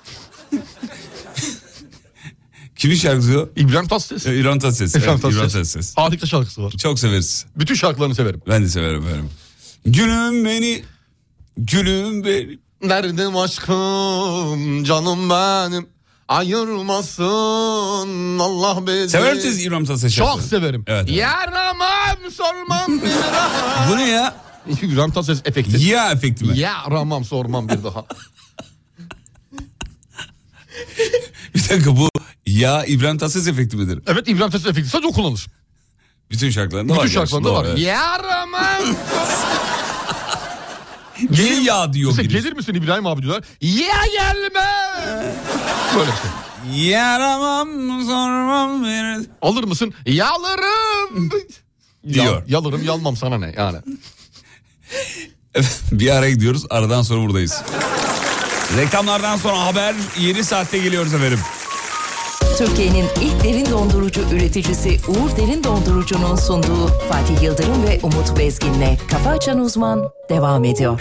Kimin şarkısı o? İbrahim Tatlıses. İbrahim Tatlıses. İbrahim İbrahim Tatlıses. Tatlıses. Harika şarkısı var. Çok severiz. Bütün şarkılarını severim. Ben de severim efendim. Gülüm beni, gülüm benim. Derdim aşkım, canım benim. Ayırmasın Allah bizi. Sever misiniz İbrahim Tatlıses şarkısı? Çok severim. Evet. Yaramam sormam bir daha. Bu ne ya? İbrahim Tatlıses efekti. Ya efekti mi? Yaramam sormam bir daha. Bir dakika, bu ya İbrahim Tatlıses efekti midir? Evet, İbrahim Tatlıses efekti sadece o kullanılır. Bütün şarkılarında var. Bütün şarkılarında var. Evet. Yaramam. Niye ya diyor Mesela biri? gelir misin İbrahim abi diyorlar. Ya gelme. Böyle bir şey. Yaramam sormam bir. Alır mısın? Yalırım. Diyor. Yalırım yalmam, sana ne yani. Bir ara gidiyoruz, aradan sonra buradayız. Reklamlardan sonra haber, yeni saatte geliyoruz efendim. Türkiye'nin ilk derin dondurucu üreticisi Uğur Derin Dondurucu'nun sunduğu Fatih Yıldırım ve Umut Bezgin'le Kafa Açan Uzman devam ediyor.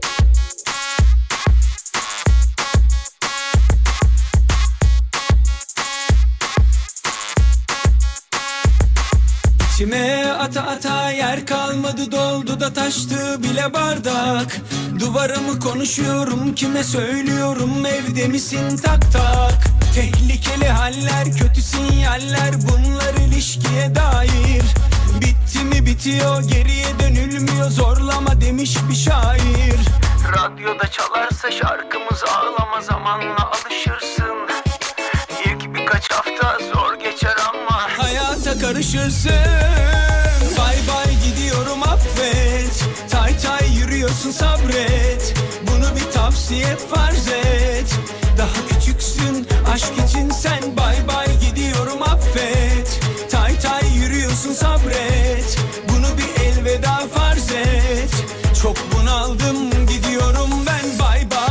İçime ata ata yer kalmadı, doldu da taştı bile bardak. Duvara mı konuşuyorum, kime söylüyorum, evde misin tak tak. Tehlikeli haller, kötü sinyaller, bunlar ilişkiye dair. Bitti mi bitiyor, geriye dönülmüyor, zorlama demiş bir şair. Radyoda çalarsa şarkımız ağlama, zamanla alışırsın. İlk birkaç hafta zor geçer ama hayata karışırsın. Bay bay gidiyorum affet, tay tay yürüyorsun sabret. Bunu bir tavsiye farz et, daha küçüksün aşk için sen. Bay bay gidiyorum affet, tay tay yürüyorsun sabret. Bunu bir elveda farz et, çok bunaldım gidiyorum ben. Bay bay.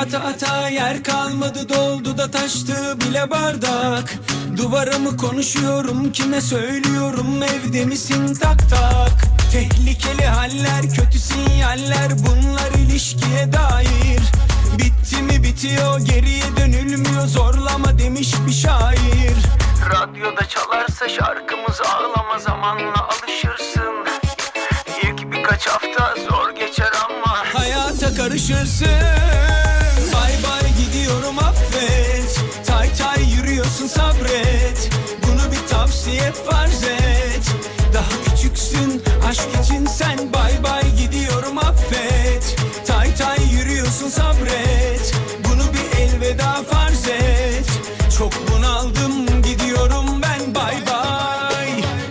ata ata yer kalmadı, doldu da taştı bile bardak. Duvara mı konuşuyorum, kime söylüyorum, evde misin tak tak. Tehlikeli haller, kötü sinyaller, bunlar ilişkiye dair. Bitti mi bitiyor, geriye dönülmüyor, zorlama demiş bir şair. Radyoda çalarsa şarkımız ağlama, zamanla alışırsın. İlk birkaç hafta zor geçer ama hayata karışırsın. Bay bay gidiyorum affet, tay tay yürüyorsun sabret. Bunu bir tavsiye farz et, daha küçüksün aşk için sen. Bay bay gidiyorum affet, tay tay yürüyorsun sabret. Bunu bir elveda farz et, çok bunaldım gidiyorum ben. Bay bay.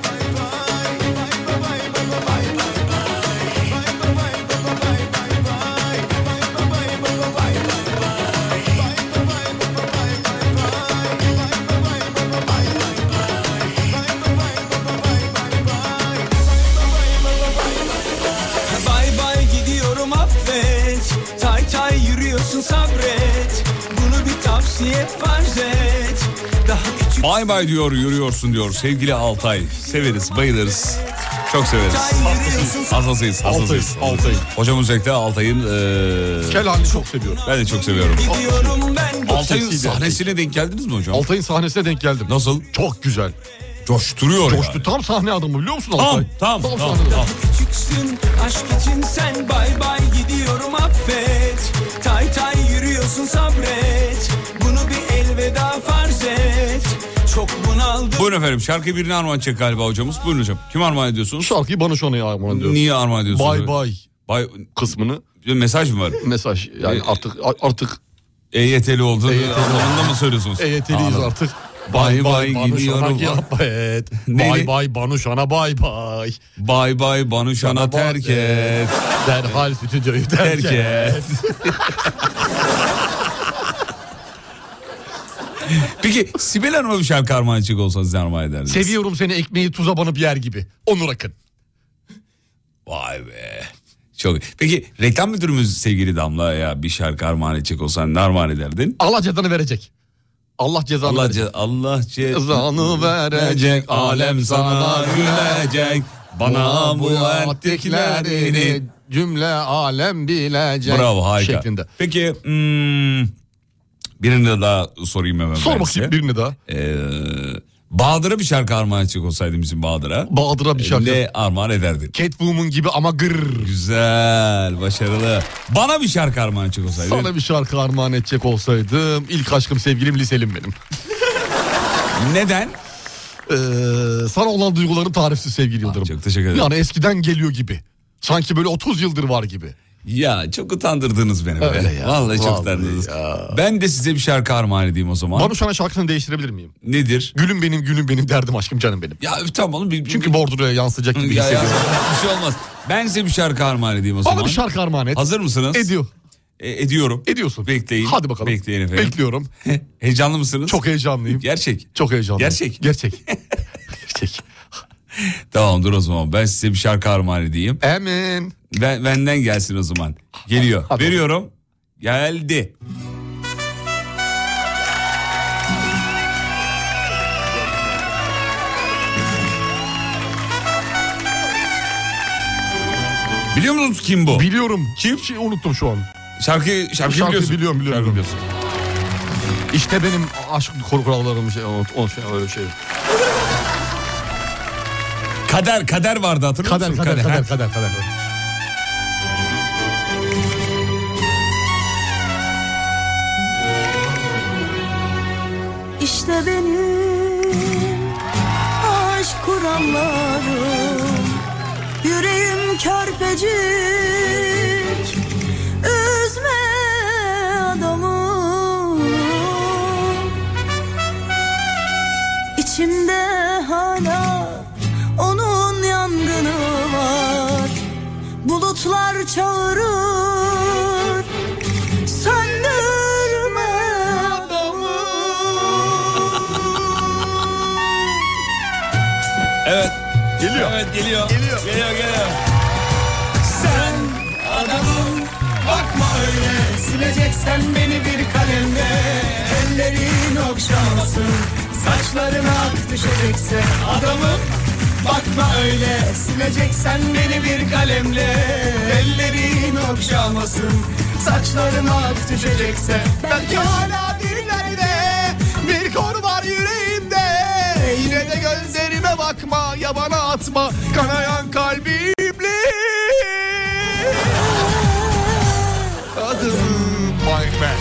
Bay bay gidiyorum affet, tay tay yürüyorsun sabret. Bunu bir tavsiye farz et, daha küçük. Bay bay diyor, yürüyorsun diyor sevgili Altay. Severiz, bayılırız. Çok severiz. Hastasıyız. Altay'ın. Hocam özellikle Altay'ın... Kel halini çok seviyorum. Ben de çok seviyorum. Gidiyorum ben. Altay'ın seksiydi sahnesine denk geldiniz mi hocam? Altay'ın sahnesine denk geldim. Nasıl? Çok güzel. Coşturuyor Coştu. yani. Tam sahne adamı biliyor musun Altay? Tamam. sahnede. Küçüksün aşk için sen. Bay bay gidiyorum affet, tay tay yürüyorsun sabret. Bunu bir elveda farz et, çok bunaldım. Buyurun efendim, şarkıyı birine armağan edecek galiba hocamız. Buyurun hocam. Kim armağan ediyorsunuz? Şarkıyı bana şu an armağan ediyorum. Niye armağan ediyorsunuz? Bay bay Bay kısmını. mesaj mı var? Mesaj yani artık EYT'li olduğunu anlamında mı söylüyorsunuz? EYT'liyiz Anladım. artık. Bay bay gidiyorum. Evet. Neydi? Bay bay Banuşan'a bay bay. Bay bay Banuşan'a terk et. Derhal stüdyoyu terk Terk et. et. Peki Sibel Hanım'a bir şarkı armağan edecek olsanız ne armağan ederdiniz? Seviyorum seni ekmeği tuza banıp yer gibi. Onur Akın. Vay be. Çok. Peki reklam müdürümüz sevgili Damla'ya bir şarkı armağan edecek olsan ne armağan ederdin? Allah cezanı verecek. Allah cezanı verecek. Allah Cezanı verecek. Alem sana gülecek. Bana bu ettiklerini cümle alem bilecek. Bravo, harika. Şeklinde. Peki birini de daha sorayım hemen. Sor bakayım birini daha. Bahadır'a bir şarkı armağan edecek olsaydım bizim Bahadır'a. Bahadır'a bir şarkı. Ne armağan ederdin? Catwoman gibi ama gırr. Güzel, başarılı. Bana bir şarkı armağan edecek olsaydın. Sana bir şarkı armağan edecek olsaydım. İlk aşkım sevgilim liselim benim. Neden? Sana olan duyguların tarifsiz sevgili Yıldırım. Çok teşekkür ederim. Yani eskiden geliyor gibi. Sanki böyle 30 yıldır var gibi. Ya çok utandırdınız beni. Öyle be. ya. Vallahi çok Vallahi utandırdınız. ya. Ben de size bir şarkı armağan edeyim o zaman. Bana şarkısını değiştirebilir miyim? Nedir? Gülüm benim derdim aşkım canım benim. Ya tamam. Çünkü bordroya yansıyacak gibi ya, hissediyorum. bir şey olmaz. Ben size bir şarkı armağan edeyim o zaman. Bana bir şarkı armağan et. Hazır mısınız? Ediyorum. Ediyorsun. Bekleyin. Hadi bakalım. Bekleyin efendim. Bekliyorum. Heyecanlı mısınız? Çok heyecanlıyım. Gerçek. Çok heyecanlıyım. Gerçek. Gerçek. Tamamdır o zaman. Ben size bir şarkı armağan edeyim. Emin. Benden gelsin o zaman. Geliyor. Hadi. Veriyorum. Geldi. Biliyor musunuz kim bu? Biliyorum. Kim? Unuttum şu an. Şarkıyı biliyorsun. Biliyorum. Şarkı biliyorsun. İşte benim aşk kurallarım öyle şey. Kader vardı, hatırlıyor musun? Kader. İşte benim aşk kurallarım, yüreğim körpecik, üzme adamı. İçimde hala onun yangını var, bulutlar çağırır, söndürme adamı. Evet. Geliyor. Evet geliyor. Geliyor. Sen adamım, bakma öyle sileceksen beni bir kalemle. Ellerin okşamasın, saçlarına ak düşecekse adamım. Bakma öyle, sileceksen beni bir kalemle. Ellerin okşamasın, saçlarına ak düşecekse. Belki hala dillerde bir kor var yüreğimde. Yine de gözlerime bakma, yabana atma kanayan kalbimle. Adım My Man.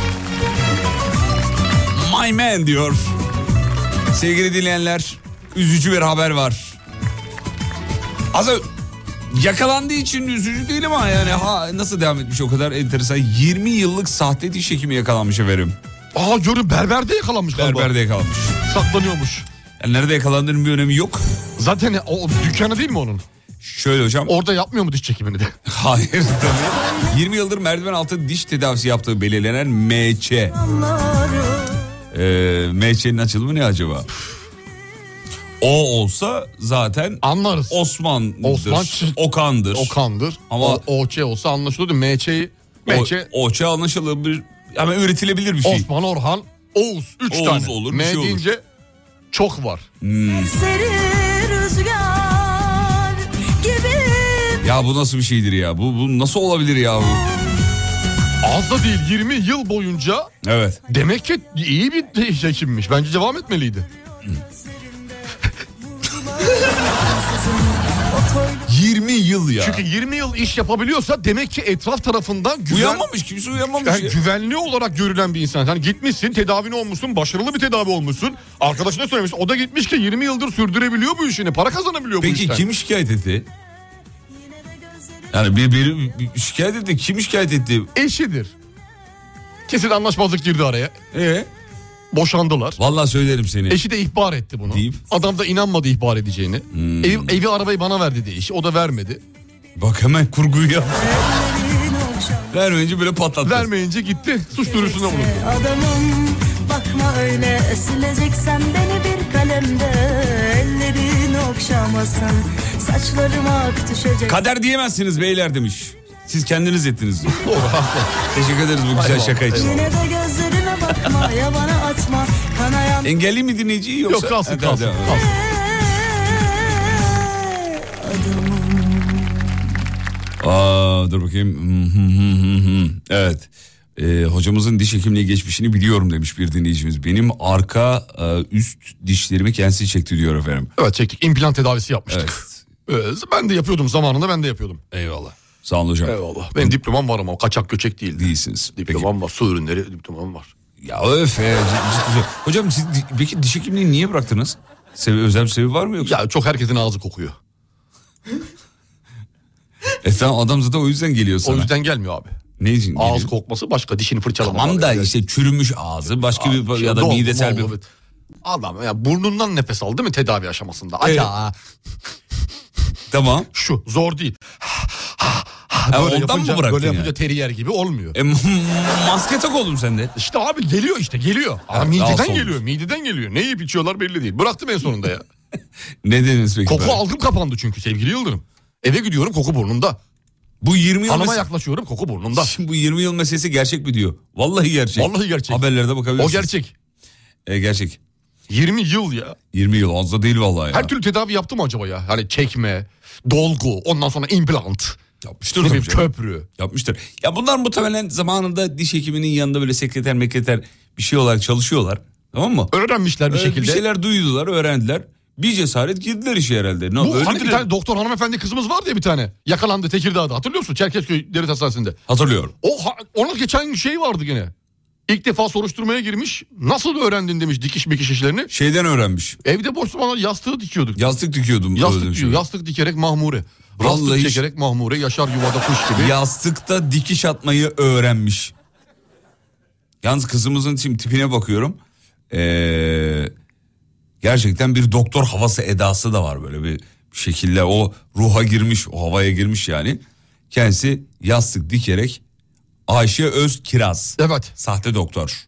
My Man diyor. Sevgili dinleyenler, üzücü bir haber var. Aslında yakalandığı için üzücü değil ama yani nasıl devam etmiş o kadar enteresan. 20 yıllık sahte diş hekimi yakalanmış efendim. Aa görün berberde yakalanmış galiba. Berberde yakalanmış. Saklanıyormuş. Yani nerede yakalandığının bir önemi yok. Zaten o dükkanı değil mi onun? Şöyle hocam. Orada yapmıyor mu diş çekimini de? Hayır tabii. 20 yıldır merdiven altı diş tedavisi yaptığı belirlenen M.Ç. M.Ç.'nin açılımı ne acaba? O olsa zaten anlarız. Osman'dır. Okan'dır. Ama O.Ç. olsa anlaşılırdı. M.Ç.'yi O.Ç. anlaşılabilir. Ama üretilebilir bir şey. Osman, Orhan, Oğuz. 3 tane. Oğuz olur. M şey deyince olur. çok var. Seri rüzgar gibi. Ya bu nasıl bir şeydir ya? Bu nasıl olabilir ya bu? Az da değil, 20 yıl boyunca. Evet. Demek ki iyi bir diş hekimmiş. Bence devam etmeliydi. 20 yıl ya. Çünkü 20 yıl iş yapabiliyorsa demek ki etraf tarafından uyanmamış, kimse uyanmamış. Yani güvenli olarak görülen bir insan. Hani gitmişsin, tedavini olmuşsun, başarılı bir tedavi olmuşsun. Arkadaşına söylemiş, o da gitmiş ki 20 yıldır sürdürebiliyor bu işini, para kazanabiliyor bu işten. Peki kim şikayet etti? Yani bir şikayet etti. Kim şikayet etti? Eşidir. Kesin anlaşmazlık girdi araya. Boşandılar. Vallahi söylerim seni. Eşi de ihbar etti bunu. Deyip. Adam da inanmadı ihbar edeceğini. Evi arabayı bana ver dedi eşi. O da vermedi. Bak hemen kurguyu yaptı. Vermeyince böyle patlattı. Vermeyince gitti. Suç duyurusunda bulundu. Adamım bakma öyle, sileceksen beni bir kalemde. Ellerin okşamasın, saçlarıma ak düşecek. Kader diyemezsiniz beyler demiş. Siz kendiniz ettiniz. Doğru. Teşekkür ederiz bu güzel şaka için. Yine de gözlerime bakma, yabana atma kanayan. Engelli mi dinleyici yoksa? Yok kalsın kalsın. Dur bakayım. Evet. Hocamızın diş hekimliği geçmişini biliyorum demiş bir dinleyicimiz. Benim arka üst dişlerimi kendisi çekti diyor efendim. Evet çektik. İmplant tedavisi yapmıştık. Evet. Ben de yapıyordum zamanında, ben de yapıyordum. Eyvallah. Sağ olun hocam. Eyvallah. Benim diplomam var ama kaçak göçek değil. Değilsiniz. Diplomam var. Su ürünleri diplomam var. Ya öf ya. Hocam siz peki diş hekimliğini niye bıraktınız? Özel bir sebebi var mı yoksa? Ya çok herkesin ağzı kokuyor. Tamam, adam zaten o yüzden geliyor sana. O yüzden gelmiyor abi. Ne için geliyor? Ağız kokması başka, dişini fırçalamak. Tamam da işte çürümüş ağzı başka bir ya da midesel bir... Evet. Adam ya burnundan nefes aldı değil mi tedavi aşamasında? Evet. Tamam. Şu zor değil. Böyle ondan mı bıraktın böyle yapınca yani? Terrier gibi olmuyor. Maske tak oğlum sen de. İşte abi geliyor. Evet, Mideden geliyor. Ne yiyip içiyorlar belli değil. Bıraktım en sonunda ya. Ne dediniz peki? Koku algım kapandı çünkü sevgili Yıldırım. Eve gidiyorum koku burnumda. Bu 20 yıl hanıma yaklaşıyorum koku burnumda. Şimdi bu 20 yıl meselesi gerçek mi diyor? Vallahi gerçek. Vallahi gerçek. Haberlerde bakabilirsiniz. O gerçek. Gerçek. 20 yıl ya. 20 yıl az da değil vallahi ya. Her türlü tedavi yaptım acaba ya? Hani çekme, dolgu, ondan sonra implant. Yapmıştır tabii. Köprü. Yapmıştır. Ya bunlar muhtemelen zamanında diş hekiminin yanında böyle sekreter bir şey olarak çalışıyorlar. Tamam mı? Öğrenmişler bir şekilde. Bir şeyler duydular, öğrendiler. Bir cesaret girdiler işe herhalde. Bu hani bir tane doktor hanımefendi kızımız vardı ya bir tane. Yakalandı Tekirdağ'da. Hatırlıyor musun? Çerkezköy Devlet Hastanesi'nde. Hatırlıyorum. Ona geçen şey vardı gene. İlk defa soruşturmaya girmiş. Nasıl öğrendin demiş dikiş işlerini. Şeyden öğrenmiş. Evde boş zamanlar yastığı dikiyorduk. Yastık dikiyordum. Yastık dikerek mahmure. Rastık çekerek mahmure. Yaşar yuvada kuş gibi. Yastıkta dikiş atmayı öğrenmiş. Yalnız kızımızın şimdi tipine bakıyorum. Gerçekten bir doktor havası edası da var böyle bir şekilde. O ruha girmiş, o havaya girmiş yani. Kendisi yastık dikerek Ayşe Özkiraz. Evet. Sahte doktor.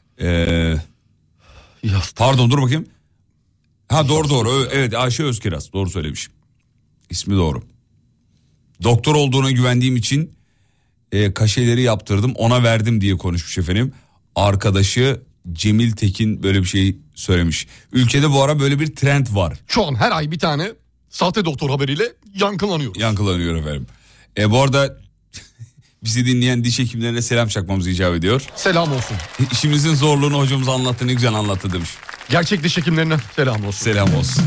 Pardon dur bakayım. Doğru. Evet Ayşe Özkiraz. Doğru söylemişim. İsmi doğru. Doktor olduğuna güvendiğim için kaşeleri yaptırdım, ona verdim diye konuşmuş efendim. Arkadaşı Cemil Tekin böyle bir şey söylemiş. Ülkede bu ara böyle bir trend var. Şu an her ay bir tane sahte doktor haberiyle yankılanıyoruz. Yankılanıyor efendim. Bu arada bizi dinleyen diş hekimlerine selam çakmamız icap ediyor. Selam olsun. İşimizin zorluğunu hocamız anlattı, ne güzel anlattı demiş. Gerçek diş hekimlerine selam olsun. Selam olsun.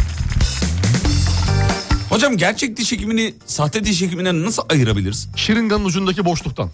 Hocam gerçek diş hekimini sahte diş hekiminden nasıl ayırabiliriz? Şırınganın ucundaki boşluktan.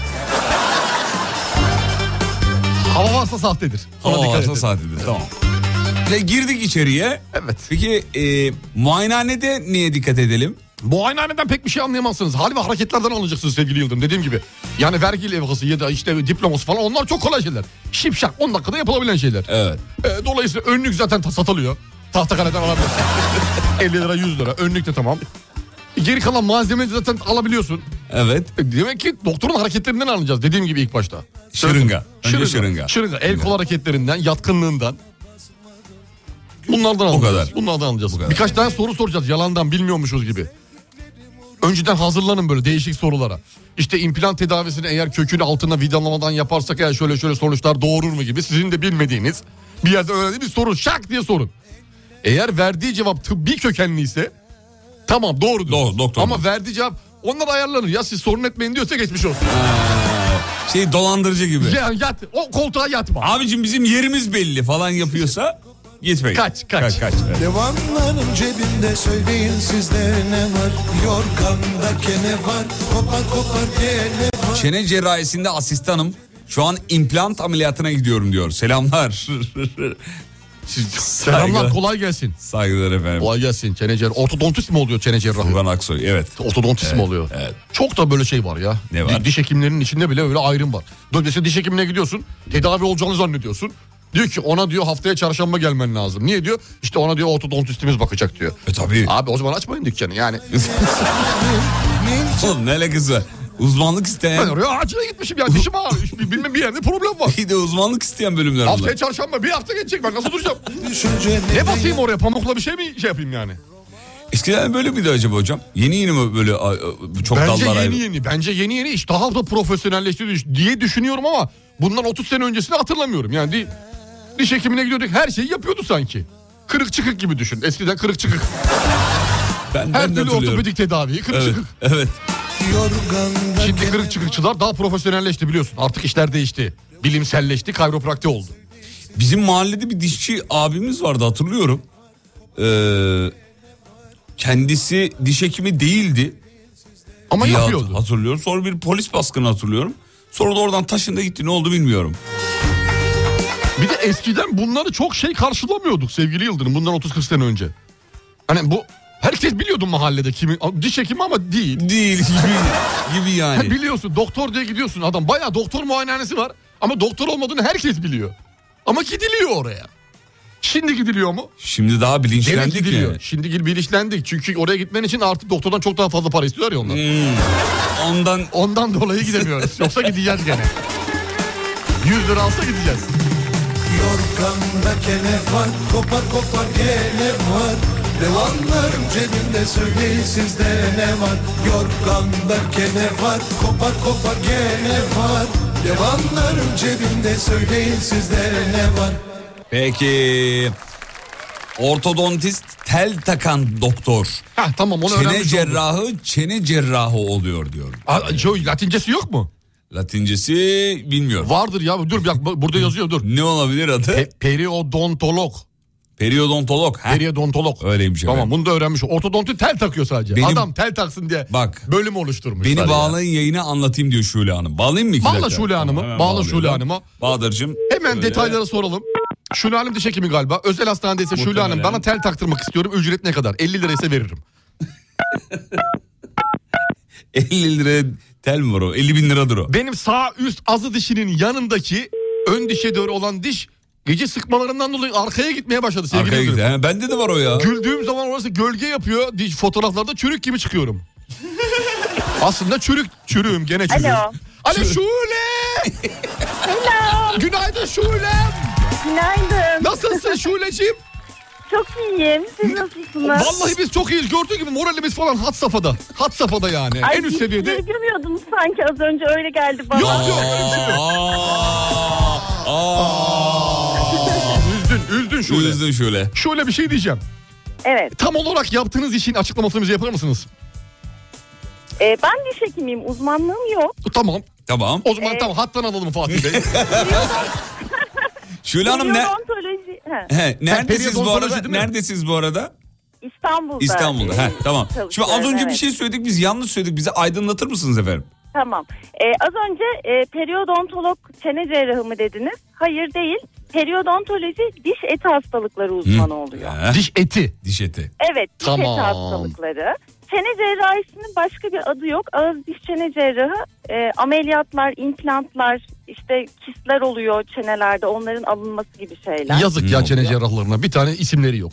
Hava varsa sahtedir. Hava varsa sahtedir, tamam. Girdik içeriye. Evet. Peki muayenehanede neye dikkat edelim? Muayenehaneden pek bir şey anlayamazsınız. Hal ve hareketlerden anlayacaksınız sevgili Yıldırım. Dediğim gibi. Yani vergi levhası ya da işte diploması falan, onlar çok kolay şeyler. Şipşak 10 dakikada yapılabilen şeyler. Evet. Dolayısıyla önlük zaten satılıyor. Tahtakale'den alabiliyorsun. 50 lira 100 lira. Önlük de tamam. Geri kalan malzemeyi zaten alabiliyorsun. Evet. Demek ki doktorun hareketlerinden anlayacağız. Dediğim gibi ilk başta. Şırınga. Önce şırınga. Şırınga. El kol hareketlerinden, yatkınlığından. Bunlardan anlayacağız. O kadar. Bunlardan anlayacağız. Birkaç tane soru soracağız yalandan, bilmiyormuşuz gibi. Önceden hazırlanın böyle değişik sorulara. İşte implant tedavisini eğer kökün altına vidalamadan yaparsak eğer şöyle sonuçlar doğurur mu gibi, sizin de bilmediğiniz bir yerde öğrendiğiniz bir soru şak diye sorun. Eğer verdiği cevap tıbbi kökenliyse tamam doğrudur. Doktor. Ama verdiği cevap onlar ayarlanır. Ya siz sorun etmeyin diyorsa geçmiş olsun. Dolandırıcı gibi. Ya yat, o koltuğa yatma. Abicim bizim yerimiz belli falan yapıyorsa gitmeyin. Kaç. Evet. Devanların cebinde, söyleyin sizde ne var? Yorganda kene var, kopar kene var. Çene cerrahisinde asistanım. Şu an implant ameliyatına gidiyorum diyor. Selamlar. Selamlar, kolay gelsin. Saygılar efendim. Kolay gelsin. Çene cerrahı. Ortodontist mi oluyor çene cerrahı? Burhan Aksoy, evet. Ortodontist mi oluyor? Evet. Çok da böyle şey var ya. Ne var? Diş hekimlerinin içinde bile öyle ayrım var. Dolayısıyla diş hekimine gidiyorsun. Tedavi olacağını zannediyorsun. Diyor ki ona diyor haftaya çarşamba gelmen lazım. Niye diyor? İşte ona diyor ortodontistimiz bakacak diyor. Tabii. Abi o zaman açmayın dükkanı yani. Oğlum ne alakası var? Uzmanlık isteyen... Ben oraya acile gitmişim ya, dişim ağrıyor. Bilmem bir yerde problem var. İyi de uzmanlık isteyen bölümler bunlar. Haftaya çarşamba, bir hafta geçecek, ben nasıl duracağım? Ne basayım oraya, pamukla bir şey mi yapayım yani? Eskiden böyle miydi acaba hocam? Yeni mi böyle çok Bence dallar Bence yeni iş daha da profesyonelleşti diye düşünüyorum ama bundan 30 sene öncesini hatırlamıyorum. Yani diş hekimine gidiyorduk, her şeyi yapıyordu sanki. Kırık çıkık gibi düşün. Eskiden kırık çıkık. Her türlü ortopedik tedaviyi kırık çıkık. Evet. Şimdi kırık çıkıkçılar daha profesyonelleşti biliyorsun. Artık işler değişti. Bilimselleşti, kayroprakti oldu. Bizim mahallede bir dişçi abimiz vardı, hatırlıyorum. Kendisi diş hekimi değildi. Ama yapıyordu. Hatırlıyorum. Sonra bir polis baskını hatırlıyorum. Sonra da oradan taşındı gitti. Ne oldu bilmiyorum. Bir de eskiden bunları çok karşılamıyorduk sevgili Yıldırım. Bundan 30-40 sene önce. Hani bu herkes biliyordu mahallede kimin diş hekimi ama değil. Değil gibi yani. Biliyorsun, doktor diye gidiyorsun, adam bayağı doktor muayenehanesi var. Ama doktor olmadığını herkes biliyor. Ama gidiliyor oraya. Şimdi gidiliyor mu? Şimdi daha bilinçlendik gidiliyor. yani. Şimdi bilinçlendik. Çünkü oraya gitmen için artık doktordan çok daha fazla para istiyorlar ya onlar. Ondan dolayı gidemiyoruz. Yoksa gideceğiz gene. 100 lira alsa gideceğiz. Yorganda kene var, kopar kene var. Devanlarım cebimde, söyleyin sizde ne var? Yorganda kene var, kopar kene var. Devanlarım cebimde, söyleyin sizde ne var? Peki. Ortodontist tel takan doktor. Tamam, onu öğrenmiş olduk. Çene cerrahı oluyor diyor. Latincesi yok mu? Latincesi bilmiyorum. Vardır ya, dur burada yazıyor, dur. Ne olabilir adı? Periodontolog. Periodontolog. Periodontolog. Öyleymiş efendim. Tamam, bunu da öğrenmiş. Ortodonti tel takıyor sadece. Adam tel taksın diye bölüm oluşturmuş. Beni bağlayın yayına anlatayım diyor Şule Hanım. Bağlayayım mı 2 dakika? Bağla Şule Hanım'ı. Bağla Şule Hanım'a. Bahadır'cığım. Hemen detaylara soralım. Şule Hanım diş hekimi galiba. Özel hastanedeyse Şule Hanım, bana tel taktırmak istiyorum. Ücret ne kadar? 50 liraysa veririm. 50 lira tel mi var o? 50 bin liradır o. Benim sağ üst azı dişinin yanındaki ön dişe doğru olan diş gece sıkmalarından dolayı arkaya gitmeye başladı sevgili Yıldırım. Bende de var o ya. Güldüğüm zaman orası gölge yapıyor. Diş fotoğraflarda çürük gibi çıkıyorum. Aslında çürüğüm gene çürüğüm. Alo Şule. Selam. Günaydın Şule'm. Günaydın. Nasılsın Şule'ciğim? Çok iyiyim. Siz nasılsınız? Vallahi biz çok iyiyiz. Gördüğün gibi moralimiz falan had safhada. Had safhada yani. Ay, en üst seviyede. Ay gömüyordunuz sanki az önce öyle geldi bana. Yok öyle bir şey yok. Üzdün şöyle. Üzdün şöyle. Şöyle bir şey diyeceğim. Evet. Tam olarak yaptığınız işin açıklamasını bize yapar mısınız? Ben diş hekimiyim. Uzmanlığım yok. Tamam. Tamam. O zaman tamam hattan alalım Fatih Bey. Şule Hanım Periodontoloji. neredesiniz bu periodontoloji arada? değil mi? Neredesiniz bu arada? İstanbul'da. İstanbul'da. Tamam. Şimdi az önce bir evet. şey söyledik, biz yanlış söyledik. Bize aydınlatır mısınız efendim? Tamam. Az önce periodontolog çene cerrahı mı dediniz? Hayır değil. Periodontoloji diş eti hastalıkları uzmanı oluyor. Diş eti. Diş eti. Evet, diş Tamam. eti hastalıkları. Çene cerrahisinin başka bir adı yok. Ağız diş çene cerrahı ameliyatlar, implantlar, işte kistler oluyor çenelerde, onların alınması gibi şeyler. Yazık ya çene cerrahlarına. Bir tane isimleri yok.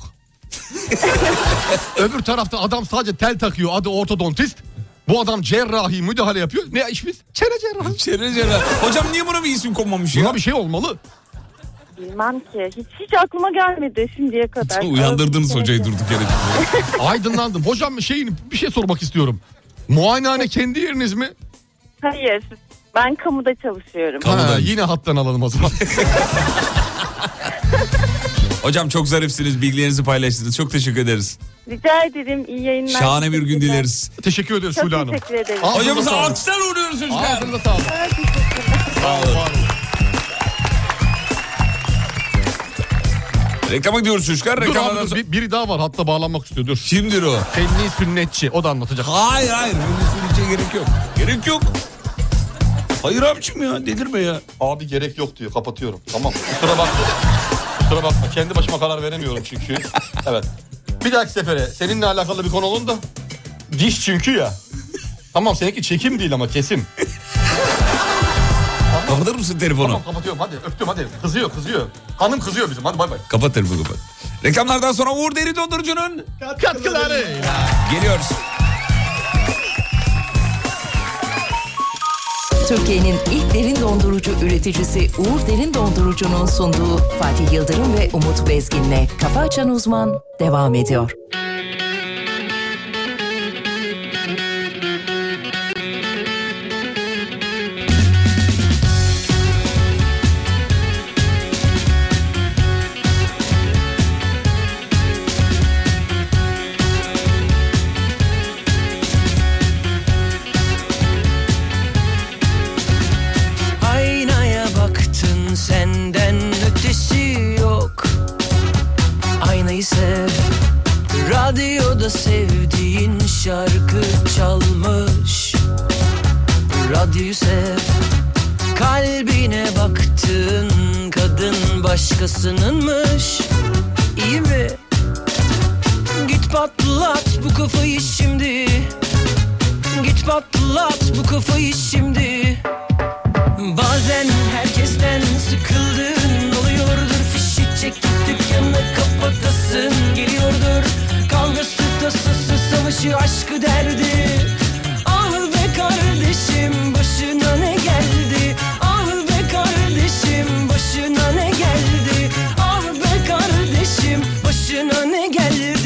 Öbür tarafta adam sadece tel takıyor. Adı ortodontist. Bu adam cerrahi müdahale yapıyor. Ne işimiz? Çene cerrahı. Çene cerrahı. Hocam niye buna bir isim konmamış ya? Buna bir şey olmalı. Bilmem ki. Hiç aklıma gelmedi şimdiye kadar. Uyandırdınız hocayı durduk yere. Aydınlandım. Hocam bir şey sormak istiyorum. Muayenehane kendi yeriniz mi? Hayır. Ben kamuda çalışıyorum. Yine hattan alalım o zaman. Hocam çok zarifsiniz. Bilgilerinizi paylaştınız. Çok teşekkür ederiz. Rica ederim. İyi yayınlar. Şahane bir gün dileriz. Teşekkür ederiz Çok Şule Hanım. teşekkür ederim. Hocamıza alkışlar uğurluyoruz çocuklar. Ağzınıza sağlık. Sağ olun. Reklama gidiyoruz çocuklar. Dur Reklamlardan abi, sonra... biri daha var hatta bağlanmak istiyor. Dur. Kimdir o? Fenli sünnetçi. O da anlatacak. Hayır. Bunun gerek yok. Gerek yok. Hayır abicim ya, delirme ya. Abi gerek yok diyor, kapatıyorum. Tamam. Kusura bakma. Kendi başıma karar veremiyorum çünkü. Evet. Bir dahaki sefere seninle alakalı bir konu olun da. Diş çünkü ya. Tamam, seninki çekim değil ama kesim. Kapatır mısın telefonu? Tamam, kapatıyorum hadi. Öptüm hadi. Kızıyor. Hanım kızıyor bizim. Hadi bay bay. Kapat telefonu kapat. Reklamlardan sonra Uğur Derin Dondurucu'nun katkılarıyla geliyoruz. Türkiye'nin ilk derin dondurucu üreticisi Uğur Derin Dondurucu'nun sunduğu Fatih Yıldırım ve Umut Bezgin'le Kafa Açan Uzman devam ediyor. Senden ötesi yok. Aynayı sev. Radyoda sevdiğin şarkı çalmış. Radyoyu sev. Kalbine baktın, kadın başkasınınmış. İyi mi? Git patlat bu kafayı şimdi. Git patlat bu kafayı şimdi. Bazen herkesten sıkıldın oluyordur, fişi çekip dükkanı kapatasın geliyordur. Kavgası, tasası, savaşı, aşkı, derdi. Ah be kardeşim, başına ne geldi? Ah be kardeşim, başına ne geldi? Ah be kardeşim, başına ne geldi?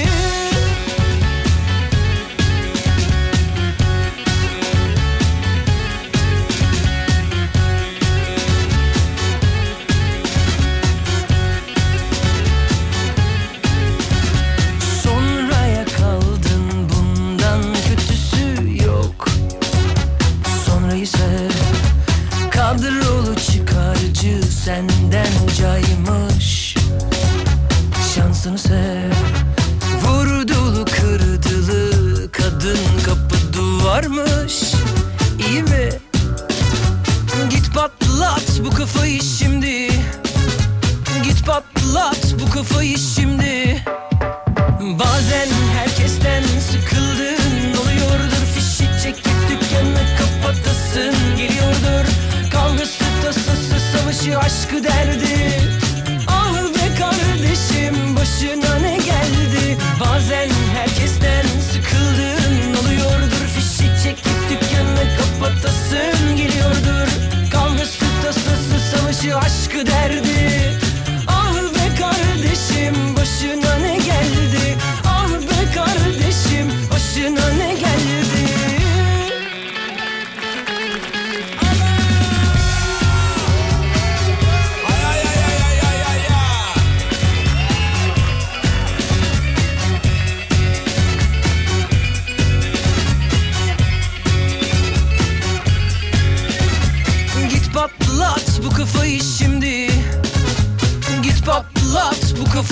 Kadrolu çıkarcı senden caymış. Şansını sev. Vurdulu kırdılı kadın kapı duvarmış. İyi mi? Git patlat bu kafayı şimdi. Git patlat bu kafayı şimdi. Bazen herkesten sıkıldın oluyordur, fişi çekip dükkanı kapatasın geliyordur. Kavgası, tasası, savaşı, aşkı, derdi. Ah be kardeşim, başına ne geldi? Bazen herkesten sıkıldın oluyordur, fişi çekip dükkanı kapatasın geliyordur. Kavgası, tasası, savaşı, aşkı, derdi. Ah be kardeşim, başına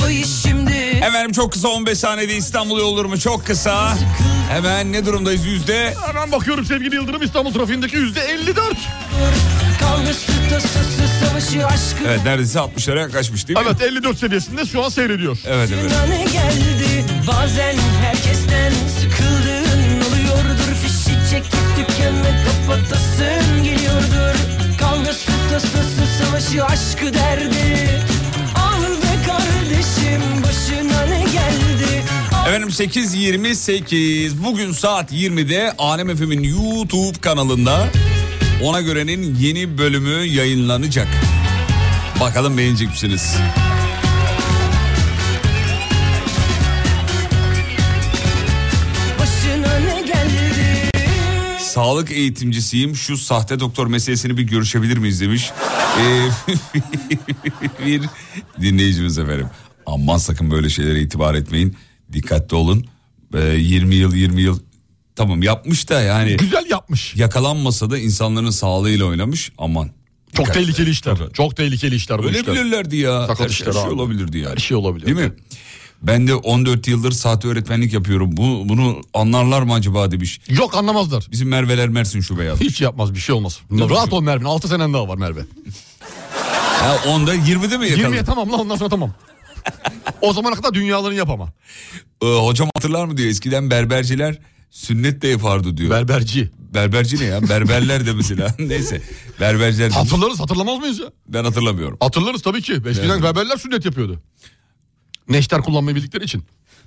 bu iş şimdi. Efendim çok kısa 15 saniyede İstanbul yolları çok kısa. Hemen ne durumdayız yüzde? Hemen bakıyorum sevgili Yıldırım, İstanbul trafiğindeki %54. Kavgası, tasası, savaşı, aşkı. Evet neredeyse 60'lara yaklaşmış değil mi? Evet 54 seviyesinde şu an seyrediyor. Evet evet. Ne geldi bazen herkesten sıkıldığın oluyordur. Fişi çekip dükkanı kapatasın geliyordur. Kavgası, tasası, savaşı, aşkı derdi. Ah be kardeşim başına ne geldi? Efendim 8.28 bugün saat 20'de Alem FM'in YouTube kanalında Ona Göre'nin yeni bölümü yayınlanacak. Bakalım beğenecek misiniz? Başına ne geldi? Sağlık eğitimcisiyim. Şu sahte doktor meselesini bir görüşebilir miyiz demiş. Bir dinleyicimiz efendim. Aman sakın böyle şeylere itibar etmeyin. Dikkatli olun. 20 yıl tamam yapmış da yani. Güzel yapmış. Yakalanmasa da insanların sağlığıyla oynamış. Aman. Çok Dikkatli. tehlikeli işler. Tabii. Çok tehlikeli işler bu işler. Ölebilirlerdi ya. Sakat Her işler şey abi. olabilirdi yani. Her şey olabilir. Değil mi? Ben de 14 yıldır saat öğretmenlik yapıyorum. Bunu anlarlar mı acaba demiş. Yok anlamazlar. Bizim Merve'ler Mersin şube yazmış. Hiç yapmaz, bir şey olmaz. Rahat ol Merve. 6 senen daha var Merve. Ha, 10'da 20'de mi yakaladın? 20'ye tamam lan, ondan sonra tamam. O zamana kadar dünyalarını yapama. Hocam hatırlar mı diyor, eskiden berberciler sünnet de yapardı diyor. Berberci. Berberci ne ya? Berberler de mesela. Neyse. Berberciler. Hatırlarız, hatırlamaz mıyız ya? Ben hatırlamıyorum. Hatırlarız tabii ki. Eskiden Evet. berberler sünnet yapıyordu. Neşter kullanmayı bildikleri için.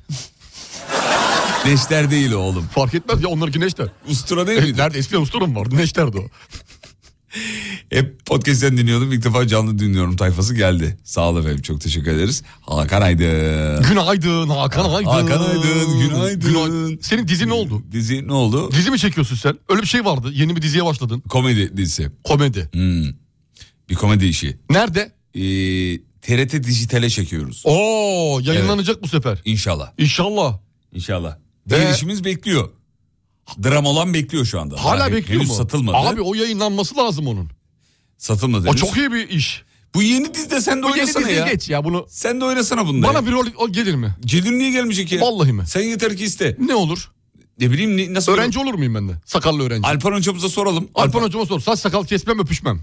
Neşter değil o oğlum. Fark etmez ya, onlarınki neşter. Ustura değil miydi? Nerede? Eskiden ustura mı vardı? Neşterdi o. Hep podcast'ten dinliyordum. İlk defa canlı dinliyorum tayfası geldi. Sağ olun efendim. Çok teşekkür ederiz. Hakan Aydın. Günaydın Hakan Aydın. Hakan Aydın. Günaydın. Senin dizi ne oldu? Dizi ne oldu? Dizi mi çekiyorsun sen? Öyle bir şey vardı. Yeni bir diziye başladın. Komedi dizisi. Komedi. Bir komedi işi. Nerede? TRT Dijital'e çekiyoruz. Oo, yayınlanacak bu sefer. İnşallah. İnşallah. İnşallah. Diğer işimiz bekliyor. Dram olan bekliyor şu anda. Hala bekliyor henüz mu? satılmadı. Abi o yayınlanması lazım onun. Satılmadı. O henüz. çok iyi bir iş. Bu yeni dizide sen de Bu yeni oynasana diziyi ya. geç ya bunu. Sen de oynasana bunda. Bana ya. bir rol o gelir mi? Gelir niye gelmeyecek ya? Vallahi mi? Sen yeter ki iste. Ne olur? Ne bileyim nasıl Öğrenci olur muyum ben de? Sakallı öğrenci. Alpan hocamıza soralım. Alpan hocama sor. Saç sakal kesmem, öpüşmem.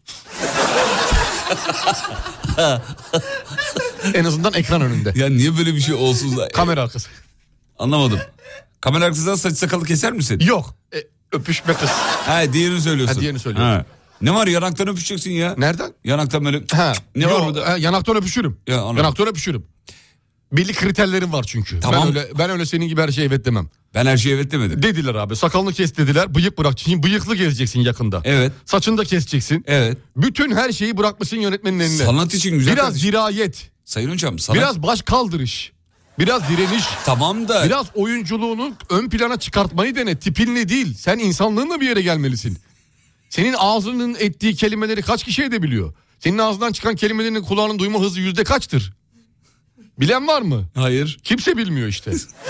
En azından ekran önünde. Ya niye böyle bir şey olsun da? Kamera arkası. Anlamadım. Kamera arkasından saç sakalı keser misin? Yok. Öpüşme kız. Ha diğerini söylüyorsun. Ha, diğerini söylüyorum. Ha. Ne var, yanaktan öpüşeceksin ya. Nereden? Yanaktan böyle. Ha. Ne var orada? Yanaktan öpüşürüm. Ya, anladım. Yanaktan öpüşürüm. Belli kriterlerim var çünkü. Tamam. Ben öyle senin gibi her şeye evet demem. Ben her şeye evet demedim. Dediler abi, sakalını kes dediler, bıyık bırak. Şimdi bıyıklı gezeceksin yakında. Evet. Saçını da keseceksin. Evet. Bütün her şeyi bırakmışsın yönetmenin eline. Sanat için güzel. Biraz kardeşim. dirayet. Sayın hocam sanat. Biraz baş kaldırış. Biraz direniş. Tamam da. Biraz oyunculuğunu ön plana çıkartmayı dene. Tipinle değil. Sen insanlığınla bir yere gelmelisin. Senin ağzının ettiği kelimeleri kaç kişi edebiliyor? Senin ağzından çıkan kelimelerin kulağının duyma hızı yüzde kaçtır? Bilen var mı? Hayır. Kimse bilmiyor işte.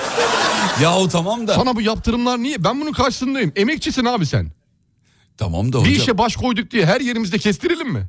Yahu tamam da. Sana bu yaptırımlar niye? Ben bunun karşısındayım. Emekçisin abi sen. Tamam da Bir hocam. işe baş koyduk diye her yerimizde kestirelim mi?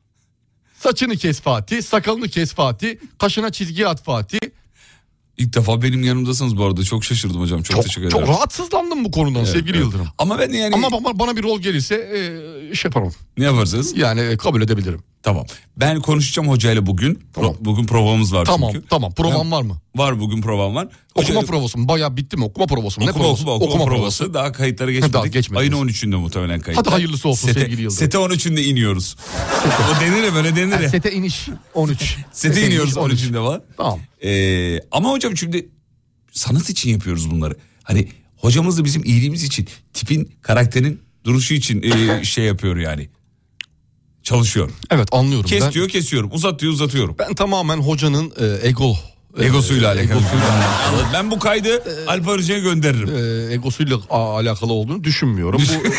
Saçını kes Fatih, sakalını kes Fatih, kaşına çizgi at Fatih. İlk defa benim yanımdasınız bu arada. Çok şaşırdım hocam. Çok teşekkür ederim. Çok rahatsızlandım bu konudan sevgili Yıldırım. Ama ben yani... Ama bana bir rol gelirse iş yaparım. Ne yaparsınız? Yani kabul edebilirim. Tamam. Ben konuşacağım hocayla bugün. Tamam. Bugün provamız var çünkü. Tamam. Provam var mı? Var, bugün provam var. Okuma provası mı? Bayağı bitti mi? Okuma provası mı? Ne provası? Okuma provası. Daha kayıtlara geçmedik. Daha geçmediniz. Ayın 13'ünde muhtemelen kayıtlar. Hadi hayırlısı olsun sevgili Yıldırım. Sete 13'ünde iniyoruz. O denir ya, böyle denir ya. Sete iniş 13. Sete iniyoruz 13'ünde var. Tamam. Ama hocam şimdi sanat için yapıyoruz bunları. Hani hocamız da bizim iyiliğimiz için, tipin, karakterin duruşu için şey yapıyor yani. Çalışıyor. Evet, anlıyorum. Kes diyor, kesiyorum. Uzat diyor, uzatıyorum. Ben tamamen hocanın Egosuyla alakalı. Ben bu kaydı Alper Hoca'ya gönderirim. Egosuyla alakalı olduğunu düşünmüyorum. Bu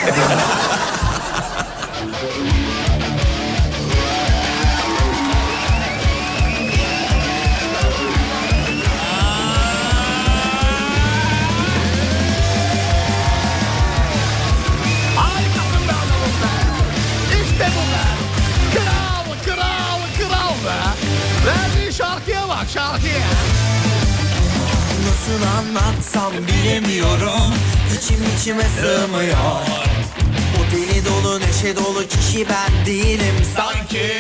İşte bu be. Kral be. Verdiği şarkıya bak. şarkı. Nasıl anlatsam bilemiyorum, İçim içime sığmıyor. O deli dolu neşe dolu kişi ben değilim sanki.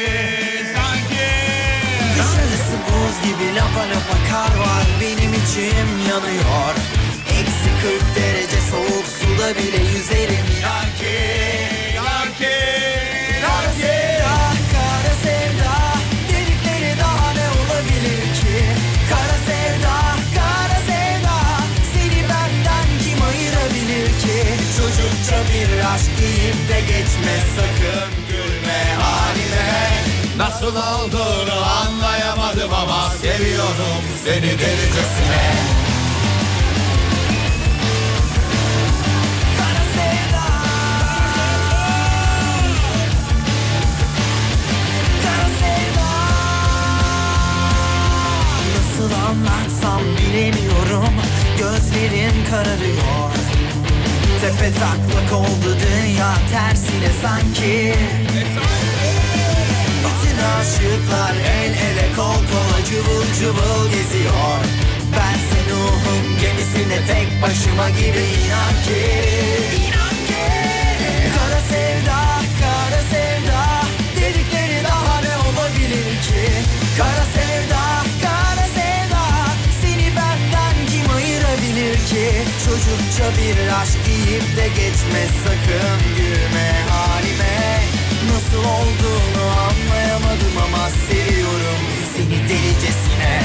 Dışarısı buz gibi lapa lapa kar var, benim içim yanıyor. Eksi 40 derece soğuk suda bile yüzerim inan ki. Kara sevda, kara sevda, dedikleri daha ne olabilir ki? Kara sevda, kara sevda, seni benden kim ayırabilir ki? Çocukça bir aşk deyip de geçme, sakın gülme halime. Nasıl olduğunu anlayamadım ama seviyorum seni delicesine. Kara sevda, kara sevda. Nasıl anlatsam bilemiyorum, gözlerin kararıyor. Tepe taklak oldu dünya tersine sanki. Bütün aşıklar el ele kol kola cıvıl cıvıl geziyor. Bense Nuh'un gemisinde tek başıma gibi inan ki. Kara sevda, kara sevda, dedikleri daha ne olabilir ki? Kara sevda, kara sevda, seni benden kim ayırabilir ki? Çocukça bir aşk deyip de geçme, sakın gülme halime. Nasıl olduğunu anlayamadım ama seviyorum seni delicesine.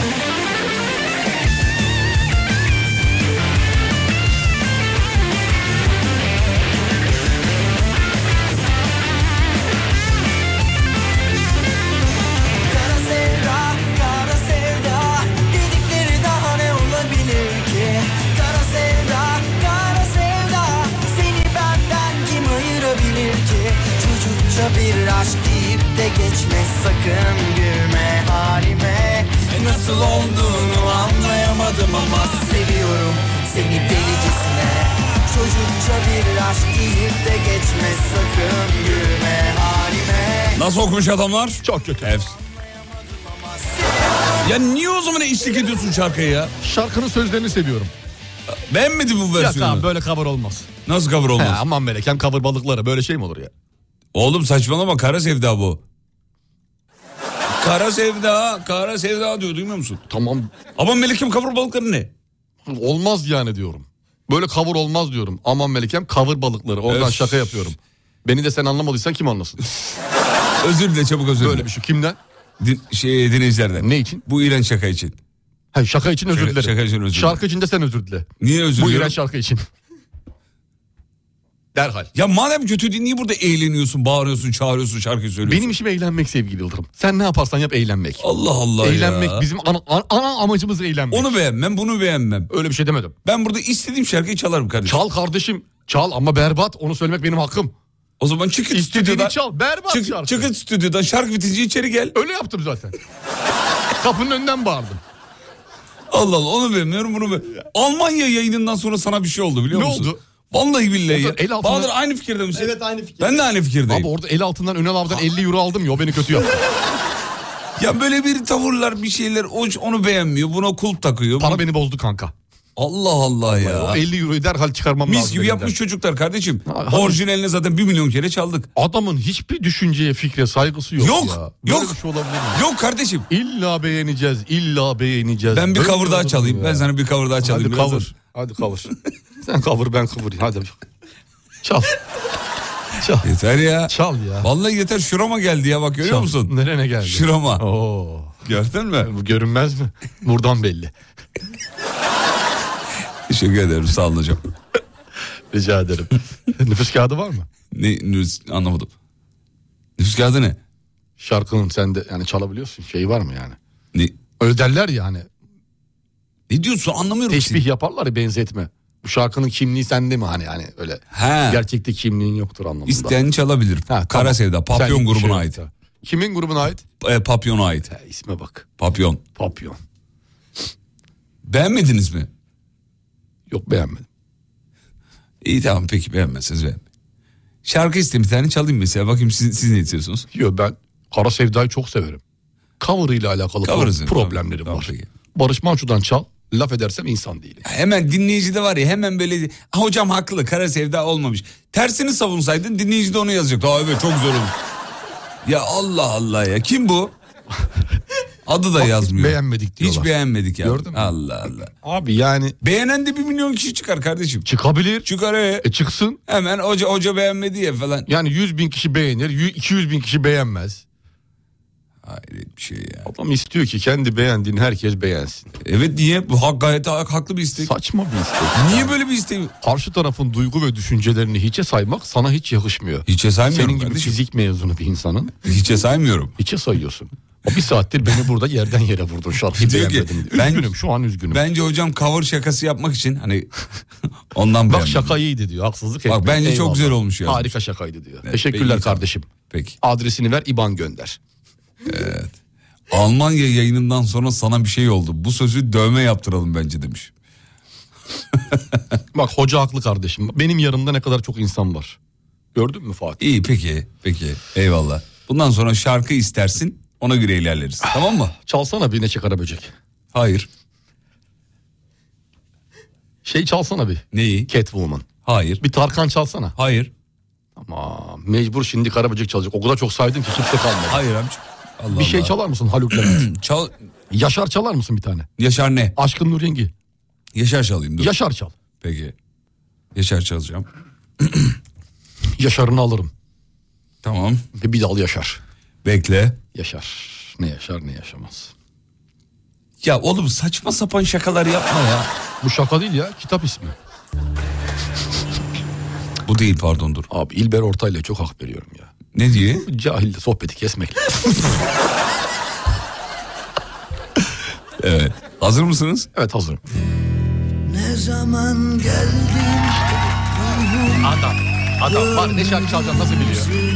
Kara sevda, kara sevda, dedikleri daha ne olabilir ki? Kara sevda, kara sevda, seni benden kim ayırabilir ki? Çocukça bir aşk deyip de geçme, sakın gülme halime. Nasıl olduğunu anlayamadım ama seviyorum seni delicesine. Çocukça bir aşk deyip de geçme, sakın gülme halime. Nasıl okumuş adamlar? Çok kötü. Evet. Ya niye o zaman eşlik ediyorsun şarkıya ya? Şarkının sözlerini seviyorum. Beğenmedin bu versiyonu. Yok abi, böyle cover olmaz. Nasıl cover olmaz? Aman melek, hem cover balıkları, böyle şey mi olur ya? Oğlum saçmalama, kara sevda bu. Kara sevda, kara sevda diyor, duymuyor musun? Tamam. Aman melekim cover balıkları ne? Olmaz yani diyorum. Böyle cover olmaz diyorum. Aman melekem cover balıkları. Oradan şaka yapıyorum. Beni de sen anlamadıysan kim anlasın? Özür dile, çabuk özür dile. Böyle bir şey. Kimden? Dinleyicilerden. Ne için? Bu iğrenç şaka için. Ha, şaka için özür dilerim. Şaka için özür dilerim. Şarkı için de sen özür dile. Niye özür Bu diliyorum? iğrenç şarkı için. Derhal. Ya madem kötü değil, niye burada eğleniyorsun, bağırıyorsun, çağırıyorsun, şarkı söylüyorsun? Benim işim eğlenmek sevgili Yıldırım. Sen ne yaparsan yap eğlenmek. Allah Allah eğlenmek ya. bizim ana amacımız eğlenmek. Onu beğenmem, bunu beğenmem. Öyle bir şey demedim. Ben burada istediğim şarkıyı çalarım kardeşim. Çal kardeşim. Çal ama berbat. Onu söylemek benim hakkım. O zaman çıkın stüdyodan. Çal. Berbat şarkı. Çıkın stüdyodan, şarkı bitince içeri gel. Öyle yaptım zaten. Kapının önünden bağırdım. Allah Allah, onu beğenmiyorum, bunu beğenmiyorum. Almanya yayınından sonra sana bir şey oldu biliyor musun? Ne oldu? Vallahi billahi ya. El altına... Bahadır aynı fikirde misin? Evet, aynı fikir. Ben de aynı fikirdeyim. Abi orada el altından Ünal abiden 50 euro aldım ya, o beni kötü yaptı. Ya böyle bir tavırlar, bir şeyler, onu beğenmiyor, buna kulp takıyor. Para beni bozdu kanka. Allah Allah ya. O 50 euroyu derhal çıkarmam lazım. Mis gibi elimden. yapmış çocuklar kardeşim. Orijinaline zaten 1 milyon kere çaldık. Adamın hiçbir düşünceye, fikre saygısı yok, Yok, ya. Böyle yok. bir şey olabilir mi? Yok kardeşim. İlla beğeneceğiz, illa beğeneceğiz. Ben bir Böyle cover daha olur çalayım. ya. Ben sana bir cover daha çalayım. Hadi cover. Hadi cover. Sen cover, ben cover. Hadi. Çal. Çal. Yeter ya. Çal ya. Vallahi yeter, şurama geldi ya, bak görüyor Çal. musun? Nerene geldi? Şurama. Oo. Gördün mü? Bu görünmez mi? Buradan belli. Teşekkür ederim, sağ olun hocam. Rica ederim. Nüfus kağıdı var mı? Ne, anlamadım. Nüfus kağıdı ne? Şarkının sende yani çalabiliyorsun. Şey var mı yani? Ne? Öyle derler ya hani. Ne diyorsun, anlamıyorum. Teşbih yaparlar ya, benzetme. Bu şarkının kimliği sende mi hani öyle. He. Gerçekte kimliğin yoktur anlamında. İsteyen çalabilir. Ha, Kara tamam. Sevda, Papyon Senlik bir grubuna şey ait. yok. Kimin grubuna ait? Papyon'a ait. He, isme bak. Papyon. Papyon. Beğenmediniz mi? Yok, beğenmedim. İyi tamam, peki beğenmezseniz beğenmeyin. Şarkı istedim, bir tane çalayım mesela. Bakayım siz ne istiyorsunuz? Yok, ben Kara Sevda'yı çok severim. cover ile alakalı problemlerim var. Peki. Barış Manço'dan çal, laf edersem insan değilim. Ya hemen dinleyici de var ya, hemen böyle hocam haklı, Kara Sevda olmamış. Tersini savunsaydın dinleyici de onu yazacaktı. Evet çok zor olmuş. Ya Allah Allah ya, kim bu? Adı da yazmıyor. Beğenmedik diyorlar. Hiç beğenmedik ya. Gördün mü? Allah Allah. Abi yani. Beğenen de 1 milyon kişi çıkar kardeşim. Çıkabilir. Çıkar çıksın. Hemen hoca beğenmedi ya falan. Yani 100 bin kişi beğenir, 200 bin kişi beğenmez. Hayret bir şey ya. Adam istiyor ki kendi beğendiğini herkes beğensin. Evet, niye? Bu gayet haklı bir istek. Saçma bir istek. Niye böyle bir istek? Karşı tarafın duygu ve düşüncelerini hiçe saymak sana hiç yakışmıyor. Hiçe saymıyorum. Senin gibi kardeşim. fizik mezunu bir insanın. Hiçe saymıyorum. Hiçe sayıyorsun. O bir saattir beni burada yerden yere vurdun, şarkıyı beğenmedim. Üzgünüm, şu an üzgünüm. Bence hocam cover şakası yapmak için hani ondan bak şaka iyiydi diyor, haksızlık etmiyor. Bak bence çok güzel olmuş ya. Harika şakaydı diyor. Evet, teşekkürler kardeşim. Peki. Adresini ver, IBAN gönder. Evet. Almanya yayınından sonra sana bir şey oldu. Bu sözü dövme yaptıralım bence demiş. Bak hoca haklı kardeşim. Benim yanımda ne kadar çok insan var. Gördün mü Fatih? İyi peki. Eyvallah. Bundan sonra şarkı istersin, ona göre ilerleriz. Tamam mı? Çalsana bir Neşe Karaböcek. Hayır. Çalsana bir. Neyi? Catwoman. Hayır. Bir Tarkan çalsana. Hayır. Ama mecbur şimdi Karaböcek çalacak. O kadar çok saydın ki kimse kalmadı. Hayır amca. Allah bir şey Allah. çalar mısın Haluk Levent? Çal. Yaşar çalar mısın bir tane? Yaşar ne? Aşkın Nur Yengi. Yaşar çalayım dur. Yaşar çal. Peki. Yaşar çalacağım. Yaşar'ını alırım. Tamam. Bir dal Yaşar. Bekle. Yaşar. Ne yaşar ne yaşamaz. Ya oğlum saçma sapan şakalar yapma ya. Bu şaka değil ya, kitap ismi. Bu değil, pardon dur. Abi İlber Ortaylı'ya çok hak veriyorum ya. Ne diye? Cahilde sohbeti kesmek. Evet. Hazır mısınız? Evet hazırım. Ne zaman geldin? Adam var, ne şarkı çalacağım nasıl biliyor?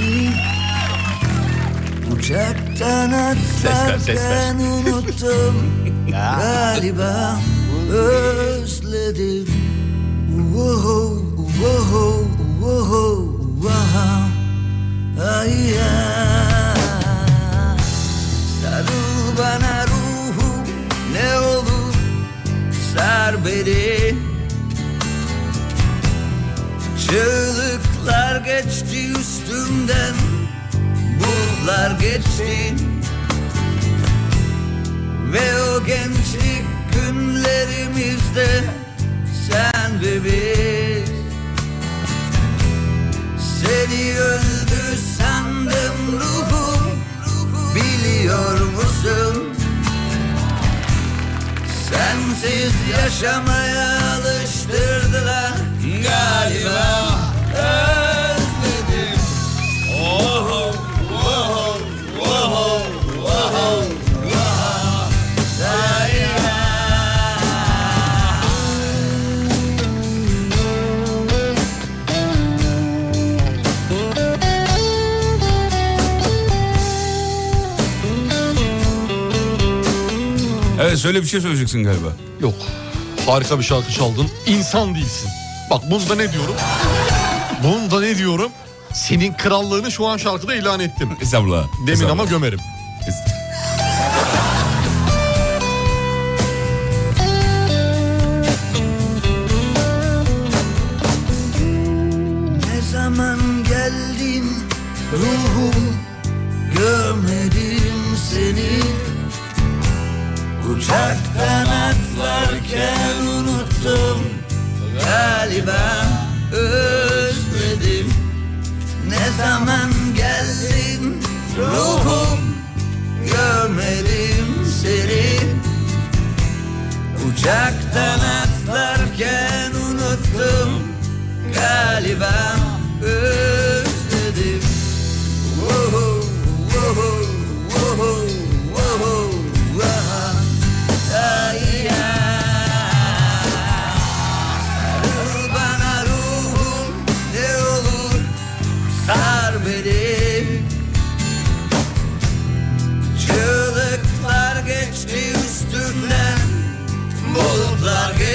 Uçaktan atlarken unuttum galiba, özledim. Wow, wow, wow, wow. Ay ya. Sarıl bana ruhum, ne olur sar beni. Çığlıklar geçti üstümden, bulutlar geçti. Ve o gençlik günlerimizde sen ve biz. Seni öldü sandım ruhum, biliyor musun? Sensiz yaşamaya alıştırdılar galiba. Özledim. Oh, oh, oh, oh, oh. Evet, söyle, bir şey söyleyeceksin galiba. Yok. Harika bir şarkı çaldın. İnsan değilsin. Bak bunda ne diyorum? Senin krallığını şu an şarkıda ilan ettim. Estağfurullah. Demin ama gömerim. Ne zaman geldin ruhum, görmedim seni. Uçaktan atlarken unuttum galiba, özledim. Ne zaman geldin ruhum, görmedim seni. Uçaktan atlarken unuttum galiba, özledim. Woho, woho, woho, woho, woho. Ay ya. Sarıl bana ruhum, ne olur sar beni. Çığlıklar geçti üstümden, bulutlar geçti.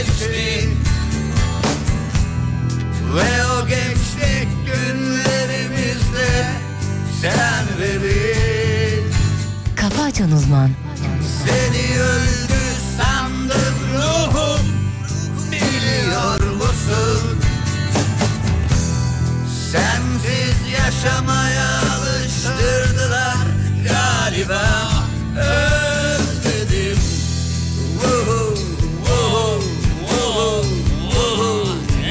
Açan Uzman. Seni öldü sandım ruhum, biliyor musun? Sensiz yaşamaya alıştırdılar galiba. Özledim. Vuhu, vuhu, vuhu, vuhu.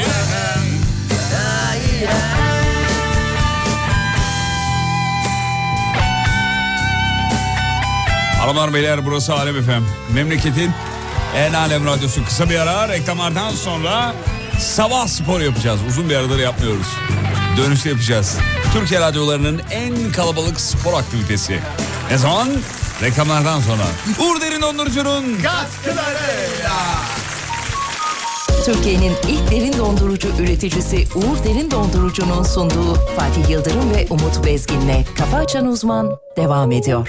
Ay, ay. Hanımlar beyler, burası Alem FM. Memleketin en alem radyosu. Kısa bir ara, reklamlardan sonra sabah spor yapacağız. Uzun bir aradır yapmıyoruz. Dönüşte yapacağız. Türkiye radyolarının en kalabalık spor aktivitesi. Ne zaman? Reklamlardan sonra. Uğur Derin Dondurucu'nun katkılarıyla. Türkiye'nin ilk derin dondurucu üreticisi Uğur Derin Dondurucu'nun sunduğu Fatih Yıldırım ve Umut Bezgin'le Kafa Açan Uzman devam ediyor.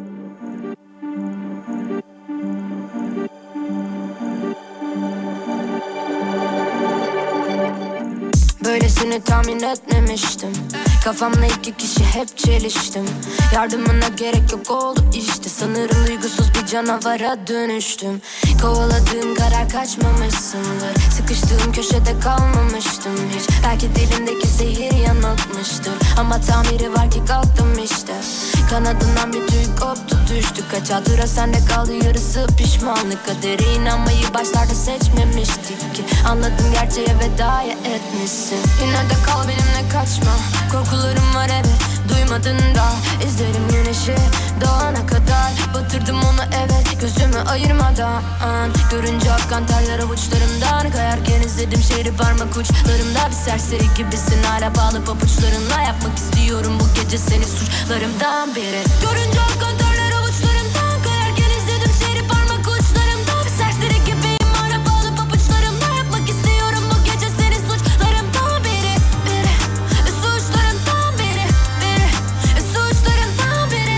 Böylesini tahmin etmemiştim. Kafamla iki kişi hep çeliştim. Yardımına gerek yok oldu işte. Sanırım duygusuz bir canavara dönüştüm. Kovaladığım karar kaçmamışsındır. Sıkıştığım köşede kalmamıştım hiç. Belki dilimdeki zehir yanıltmıştır. Ama tamiri var ki kalktım işte. Kanadından bir tüy koptu düştü. Kaç hatıra sende kaldı, yarısı pişmanlık. Kadere inanmayı başlarda seçmemiştik ki. Anladım, gerçeğe vedaya etmişsin. Yine de kal benimle, kaçma. Korkularım var evet, duymadın da. İzlerim güneşi doğana kadar. Batırdım onu evet, gözümü ayırmadan. Görünce akkan terler avuçlarımdan. Kayarken izledim şehri parmak uçlarımda. Bir serseri gibisin hala bağlı papuçlarınla. Yapmak istiyorum bu gece seni suçlarımdan biri. Görünce akkan terler avuçlarımdan. Kayarken izledim şehri parmak uçlarımda. Bir serseri gibiyim hala bağlı papuçlarımla. Yapmak istiyorum bu gece seni suçlarımdan biri. Suçlarımdan biri. Suçlarımdan biri.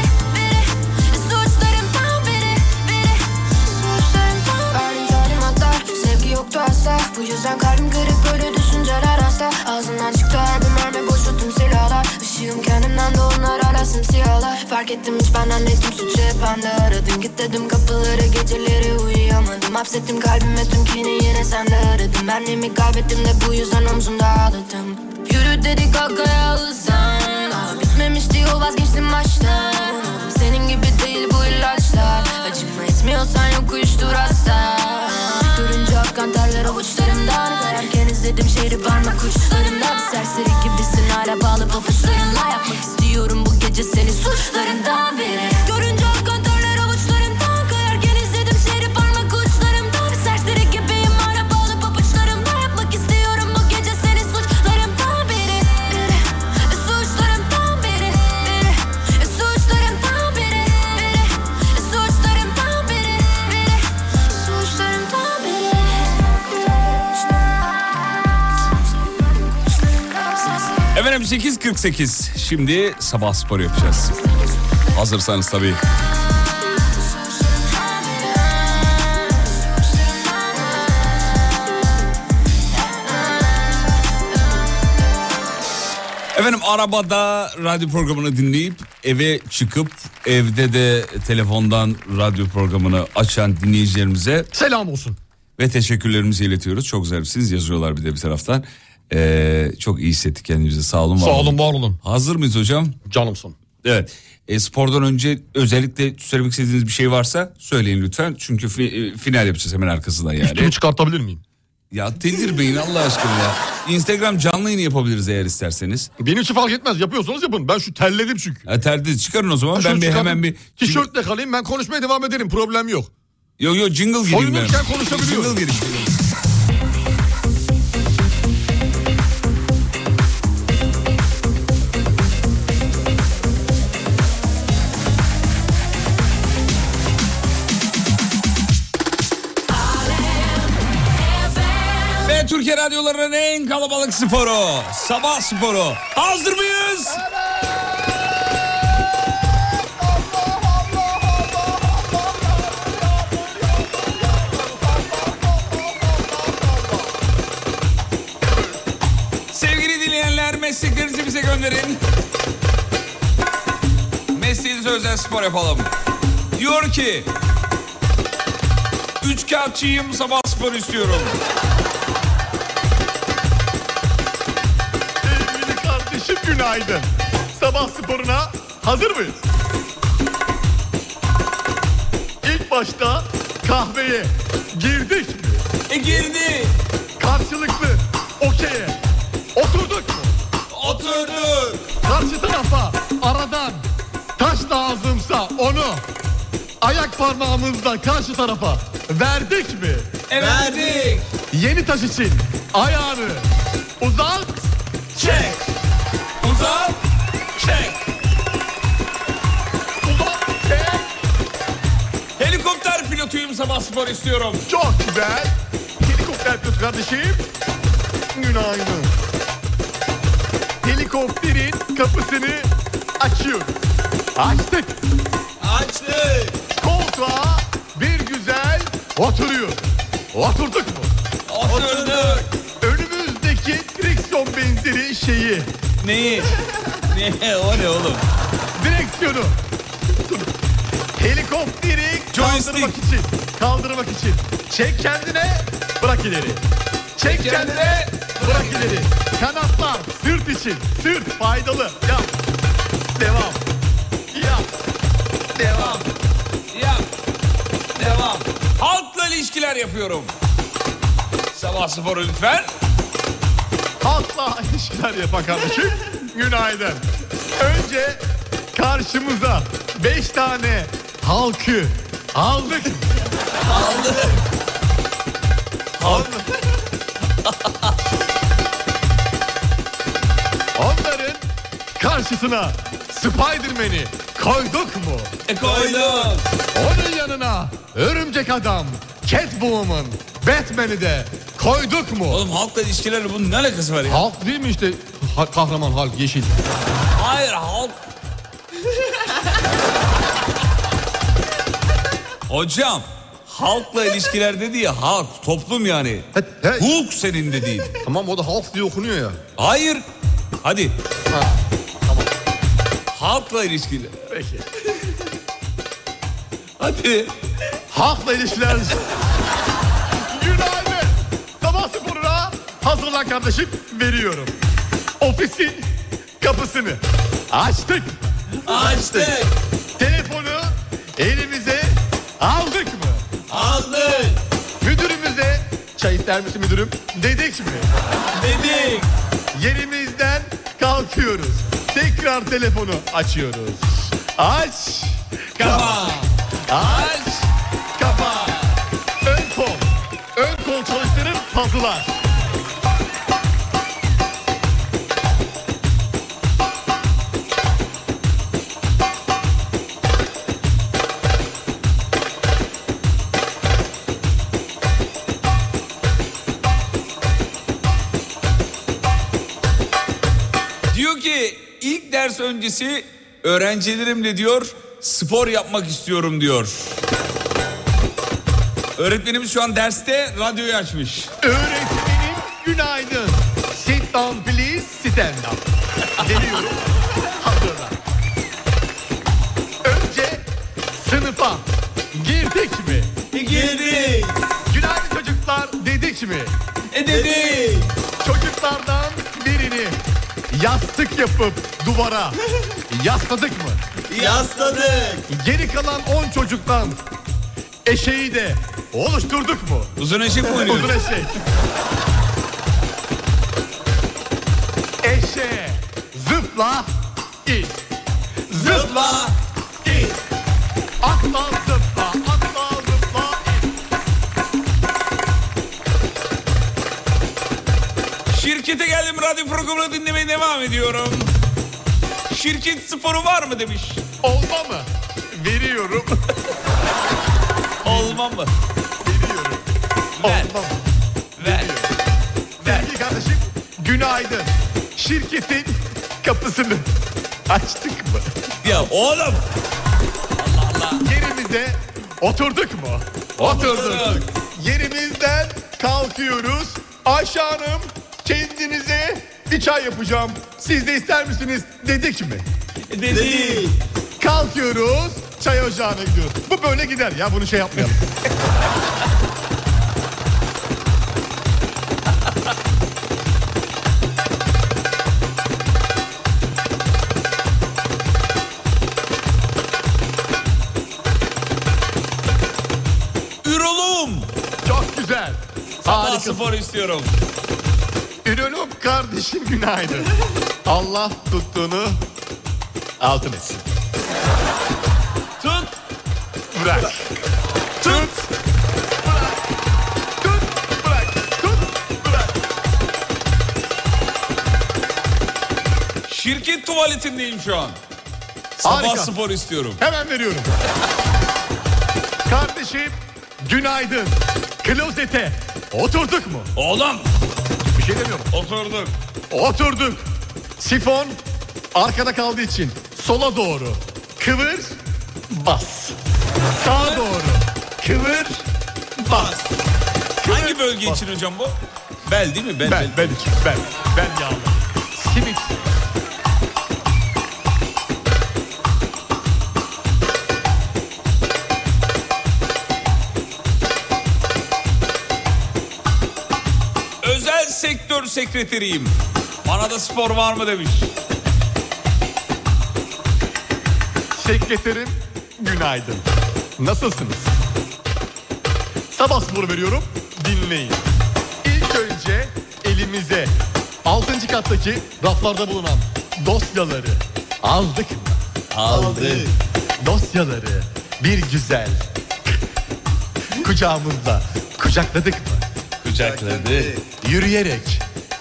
Suçlarımdan biri. Suçlarımdan. Verdiğin talimatlar, sevgi yoktu asla. Bu yüzden kalbim kırık, böyle düşünceler hasta. Ağzından çıktı her bir mermi, boşu tüm silahlar. Işığım kendimden de onlar hala simsiyahlar. Fark ettim hiç benden değil, tüm suçu hep bende. Aradım git dedim kapıları, geceleri uyuyamadım. Hapsettim kalbime tüm kini, yine sende aradım. Benliğimi kaybettim de bu yüzden omzumda ağladım. Yürü dedik kalkaya hızlan. Daha bitmemişti yol, vazgeçtim baştan. Senin gibi değil bu ilaçlar. Acıma etmiyorsan yok uyuştur hasta. Görünce akkan terler avuçlarımdan. Kayarken izledim şehri parmak uçlarımda. Bir serseri gibisin hala bağlı papuçlarınla. Yapmak istiyorum bu gece seni suçlarından biri. Görünce akkan terler avuçlarımdan. Kayarken izledim şehri parmak uçlarımda. Bir serseri gibiyim hala bağlı papuçlarımla. Yapmak istiyorum bu gece seni suçlarımdan biri. Suçlarımdan biri. Suçlarımdan biri. Suçlarımdan biri. Suçlarımdan biri. Efendim 8.48. Şimdi sabah spor yapacağız. Hazırsanız tabii. Efendim arabada radyo programını dinleyip eve çıkıp evde de telefondan radyo programını açan dinleyicilerimize selam olsun ve teşekkürlerimizi iletiyoruz. Çok güzelsiniz yazıyorlar bir de bir taraftan. Çok iyi hissettik kendimizi, sağ olun. Sağ olun, var olun. Hazır mıyız hocam? Canımsın. Evet. Spordan önce özellikle söylemek istediğiniz bir şey varsa söyleyin lütfen. Çünkü final yapacağız hemen arkasından yani. Üstümü çıkartabilir miyim? Ya delirmeyin Allah aşkına ya. Instagram canlı yayını yapabiliriz eğer isterseniz. Benim için fark etmez, yapıyorsanız yapın. Ben şu terledim çünkü. Terledim, çıkarın o zaman. Ben bir hemen bir... Tişörtle kalayım, ben konuşmaya devam ederim, problem yok. Yok jingle gireyim ben. Soyunurken konuşabiliyorum. Jingle gireyim. Ve Türkiye radyolarının en kalabalık sporu, sabah sporu. Hazır mıyız? Sevgili dinleyenler, mesleklerinizi bize gönderin. Mesleğinize özel spor yapalım. Diyor ki... Üçkağıtçıyım, sabah spor istiyorum. Sevgili kardeşim günaydın. Sabah sporuna hazır mıyız? İlk başta kahveye girdik mi? Girdi. Karşılıklı okey'e oturduk mu? Oturduk. Karşı tarafa aradan taş lazımsa onu ayak parmağımızla karşı tarafa verdik mi? Verdik. Yeni taş için ayağını uzat, çek. Uzat, çek. Uzat, çek. Helikopter pilotuyum, sabah spor istiyorum. Çok güzel. Helikopter pilotu kardeşim. Günaydın. Helikopterin kapısını açıyoruz. Açtık. Açtık. Koltuğa bir güzel oturuyor. Oturduk mu? Oturduk. Önümüzdeki direksiyon benzeri şeyi. Neyi? Ne? O ne oğlum? Direksiyonu. Helikopteri kaldırmak için. Çek kendine, bırak ileri. Çek kendine, bırak ileri. Kanatlar, sırt için. Sırt faydalı. Yap. Devam. Yap. Devam. Yap. Devam. Halkla ilişkiler yapıyorum. Sabah sporu lütfen. Halkla ilişkiler yapan kardeşim. Günaydın. Önce karşımıza 5 tane halkı aldık. Onların karşısına Spider-Man'i koyduk mu? Koyduk. Onun yanına Örümcek Adam, Catwoman, Batman'i de koyduk mu? Oğlum halkla ilişkilerle bunun ne alakası var ya? Halk değil mi işte kahraman halk yeşil? Hayır halk. Hocam halkla ilişkiler dedi ya, halk toplum yani. Hulk senin dediğin. Tamam, o da halk diye okunuyor ya. Hayır. Hadi. Tamam. Halkla ilişkiler. Peki. Hadi. Halkla ilişkiler. Günaydın. Sabah sporuna hazırlan kardeşim, veriyorum. Ofisin kapısını açtık. Açtık. Telefonu elimize aldık mı? Aldık. Müdürümüze çay ister misin müdürüm dedik mi? Dedik. Yerimizden kalkıyoruz. Tekrar telefonu açıyoruz. Aç. Kapa. Aç. Kapa. Ön kol. Ön kol çalıştırıp puzzle'lar. Diyor ki ilk ders öncesi öğrencilerimle diyor spor yapmak istiyorum diyor. Öğretmenimiz şu an derste radyoyu açmış. Öğretmenim günaydın. Sit down please, stand up. Geliyorum. Hazırlan. Önce sınıfa girdik mi? Girdik. Günaydın çocuklar dedik mi? Dedik. Çocuklardan birini yastık yapıp duvara yasladık mı? Yasladık. Geri kalan 10 çocuktan eşeği de oluşturduk mu? Uzun eşek mi oynuyoruz? Uzun eşek. Eşeğe zıpla in. Zıpla in. Atla zıpla, atla zıpla in. Şirkete geldim, radyo programını dinlemeye devam ediyorum. Şirket sporu var mı demiş. Olma mı? Veriyorum. Olmam mı? Veriyorum. Ver. Olma mı? Ver. Sevgili kardeşim günaydın. Şirketin kapısını açtık mı? Ya oğlum. Allah Allah. Yerimize oturduk mu? Oturduk. Yerimizden kalkıyoruz. Ayşe Hanım kendinize bir çay yapacağım. Siz de ister misiniz dedik mi? Dedik. Kalkıyoruz. çay ocağına gidiyoruz. Bu böyle gider ya, bunu şey yapmayalım. Ürolum. Çok güzel. Sabah spor istiyorum. Ürolum kardeşim günaydın. Allah tuttuğunu altın etsin. Tut. Bırak. Tut. Bırak. Tut. Bırak. Tut. Bırak. Şirket tuvaletindeyim şu an. Sabah Harika. spor istiyorum. Hemen veriyorum. Kardeşim günaydın. Klozete oturduk mu? Oğlum. Bir şey demiyorum. Oturduk. Oturduk. Sifon arkada kaldığı için sola doğru kıvır, bas. Sağa doğru kıvır, bas. Kıvır, Hangi bölge bas. için hocam bu? Bel değil mi? Bel için. Bel yağlı. Simit. Özel sektör sekreteriyim. Bana da spor var mı demiş. Sekreterim günaydın. Nasılsınız? Sabah sporu veriyorum. Dinleyin. İlk önce elimize 6. kattaki raflarda bulunan dosyaları aldık mı? Aldık. Dosyaları bir güzel kucağımızda kucakladık mı? Kucakladı. Yürüyerek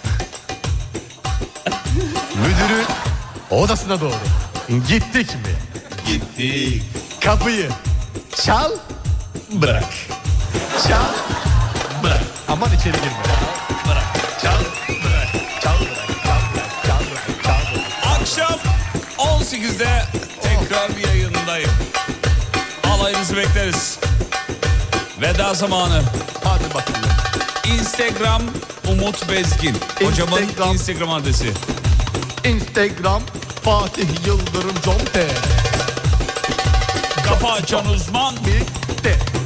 müdürün odasına doğru gittik mi? Gittik. Kapıyı çal, bırak. Çal, bırak. Aman içeri girme. Bırak. Çal, bırak. Çal, bırak. Çal, bırak. Çal, bırak. Çal, bırak. Akşam 18'de tekrar bir yayındayım. Alayınızı bekleriz. Veda zamanı. Hadi bakalım. Instagram Umut Bezgin. Hocamın Instagram. Instagram adresi. Instagram Fatih Yıldırım Conte. Kafa açan uzman. Bitti.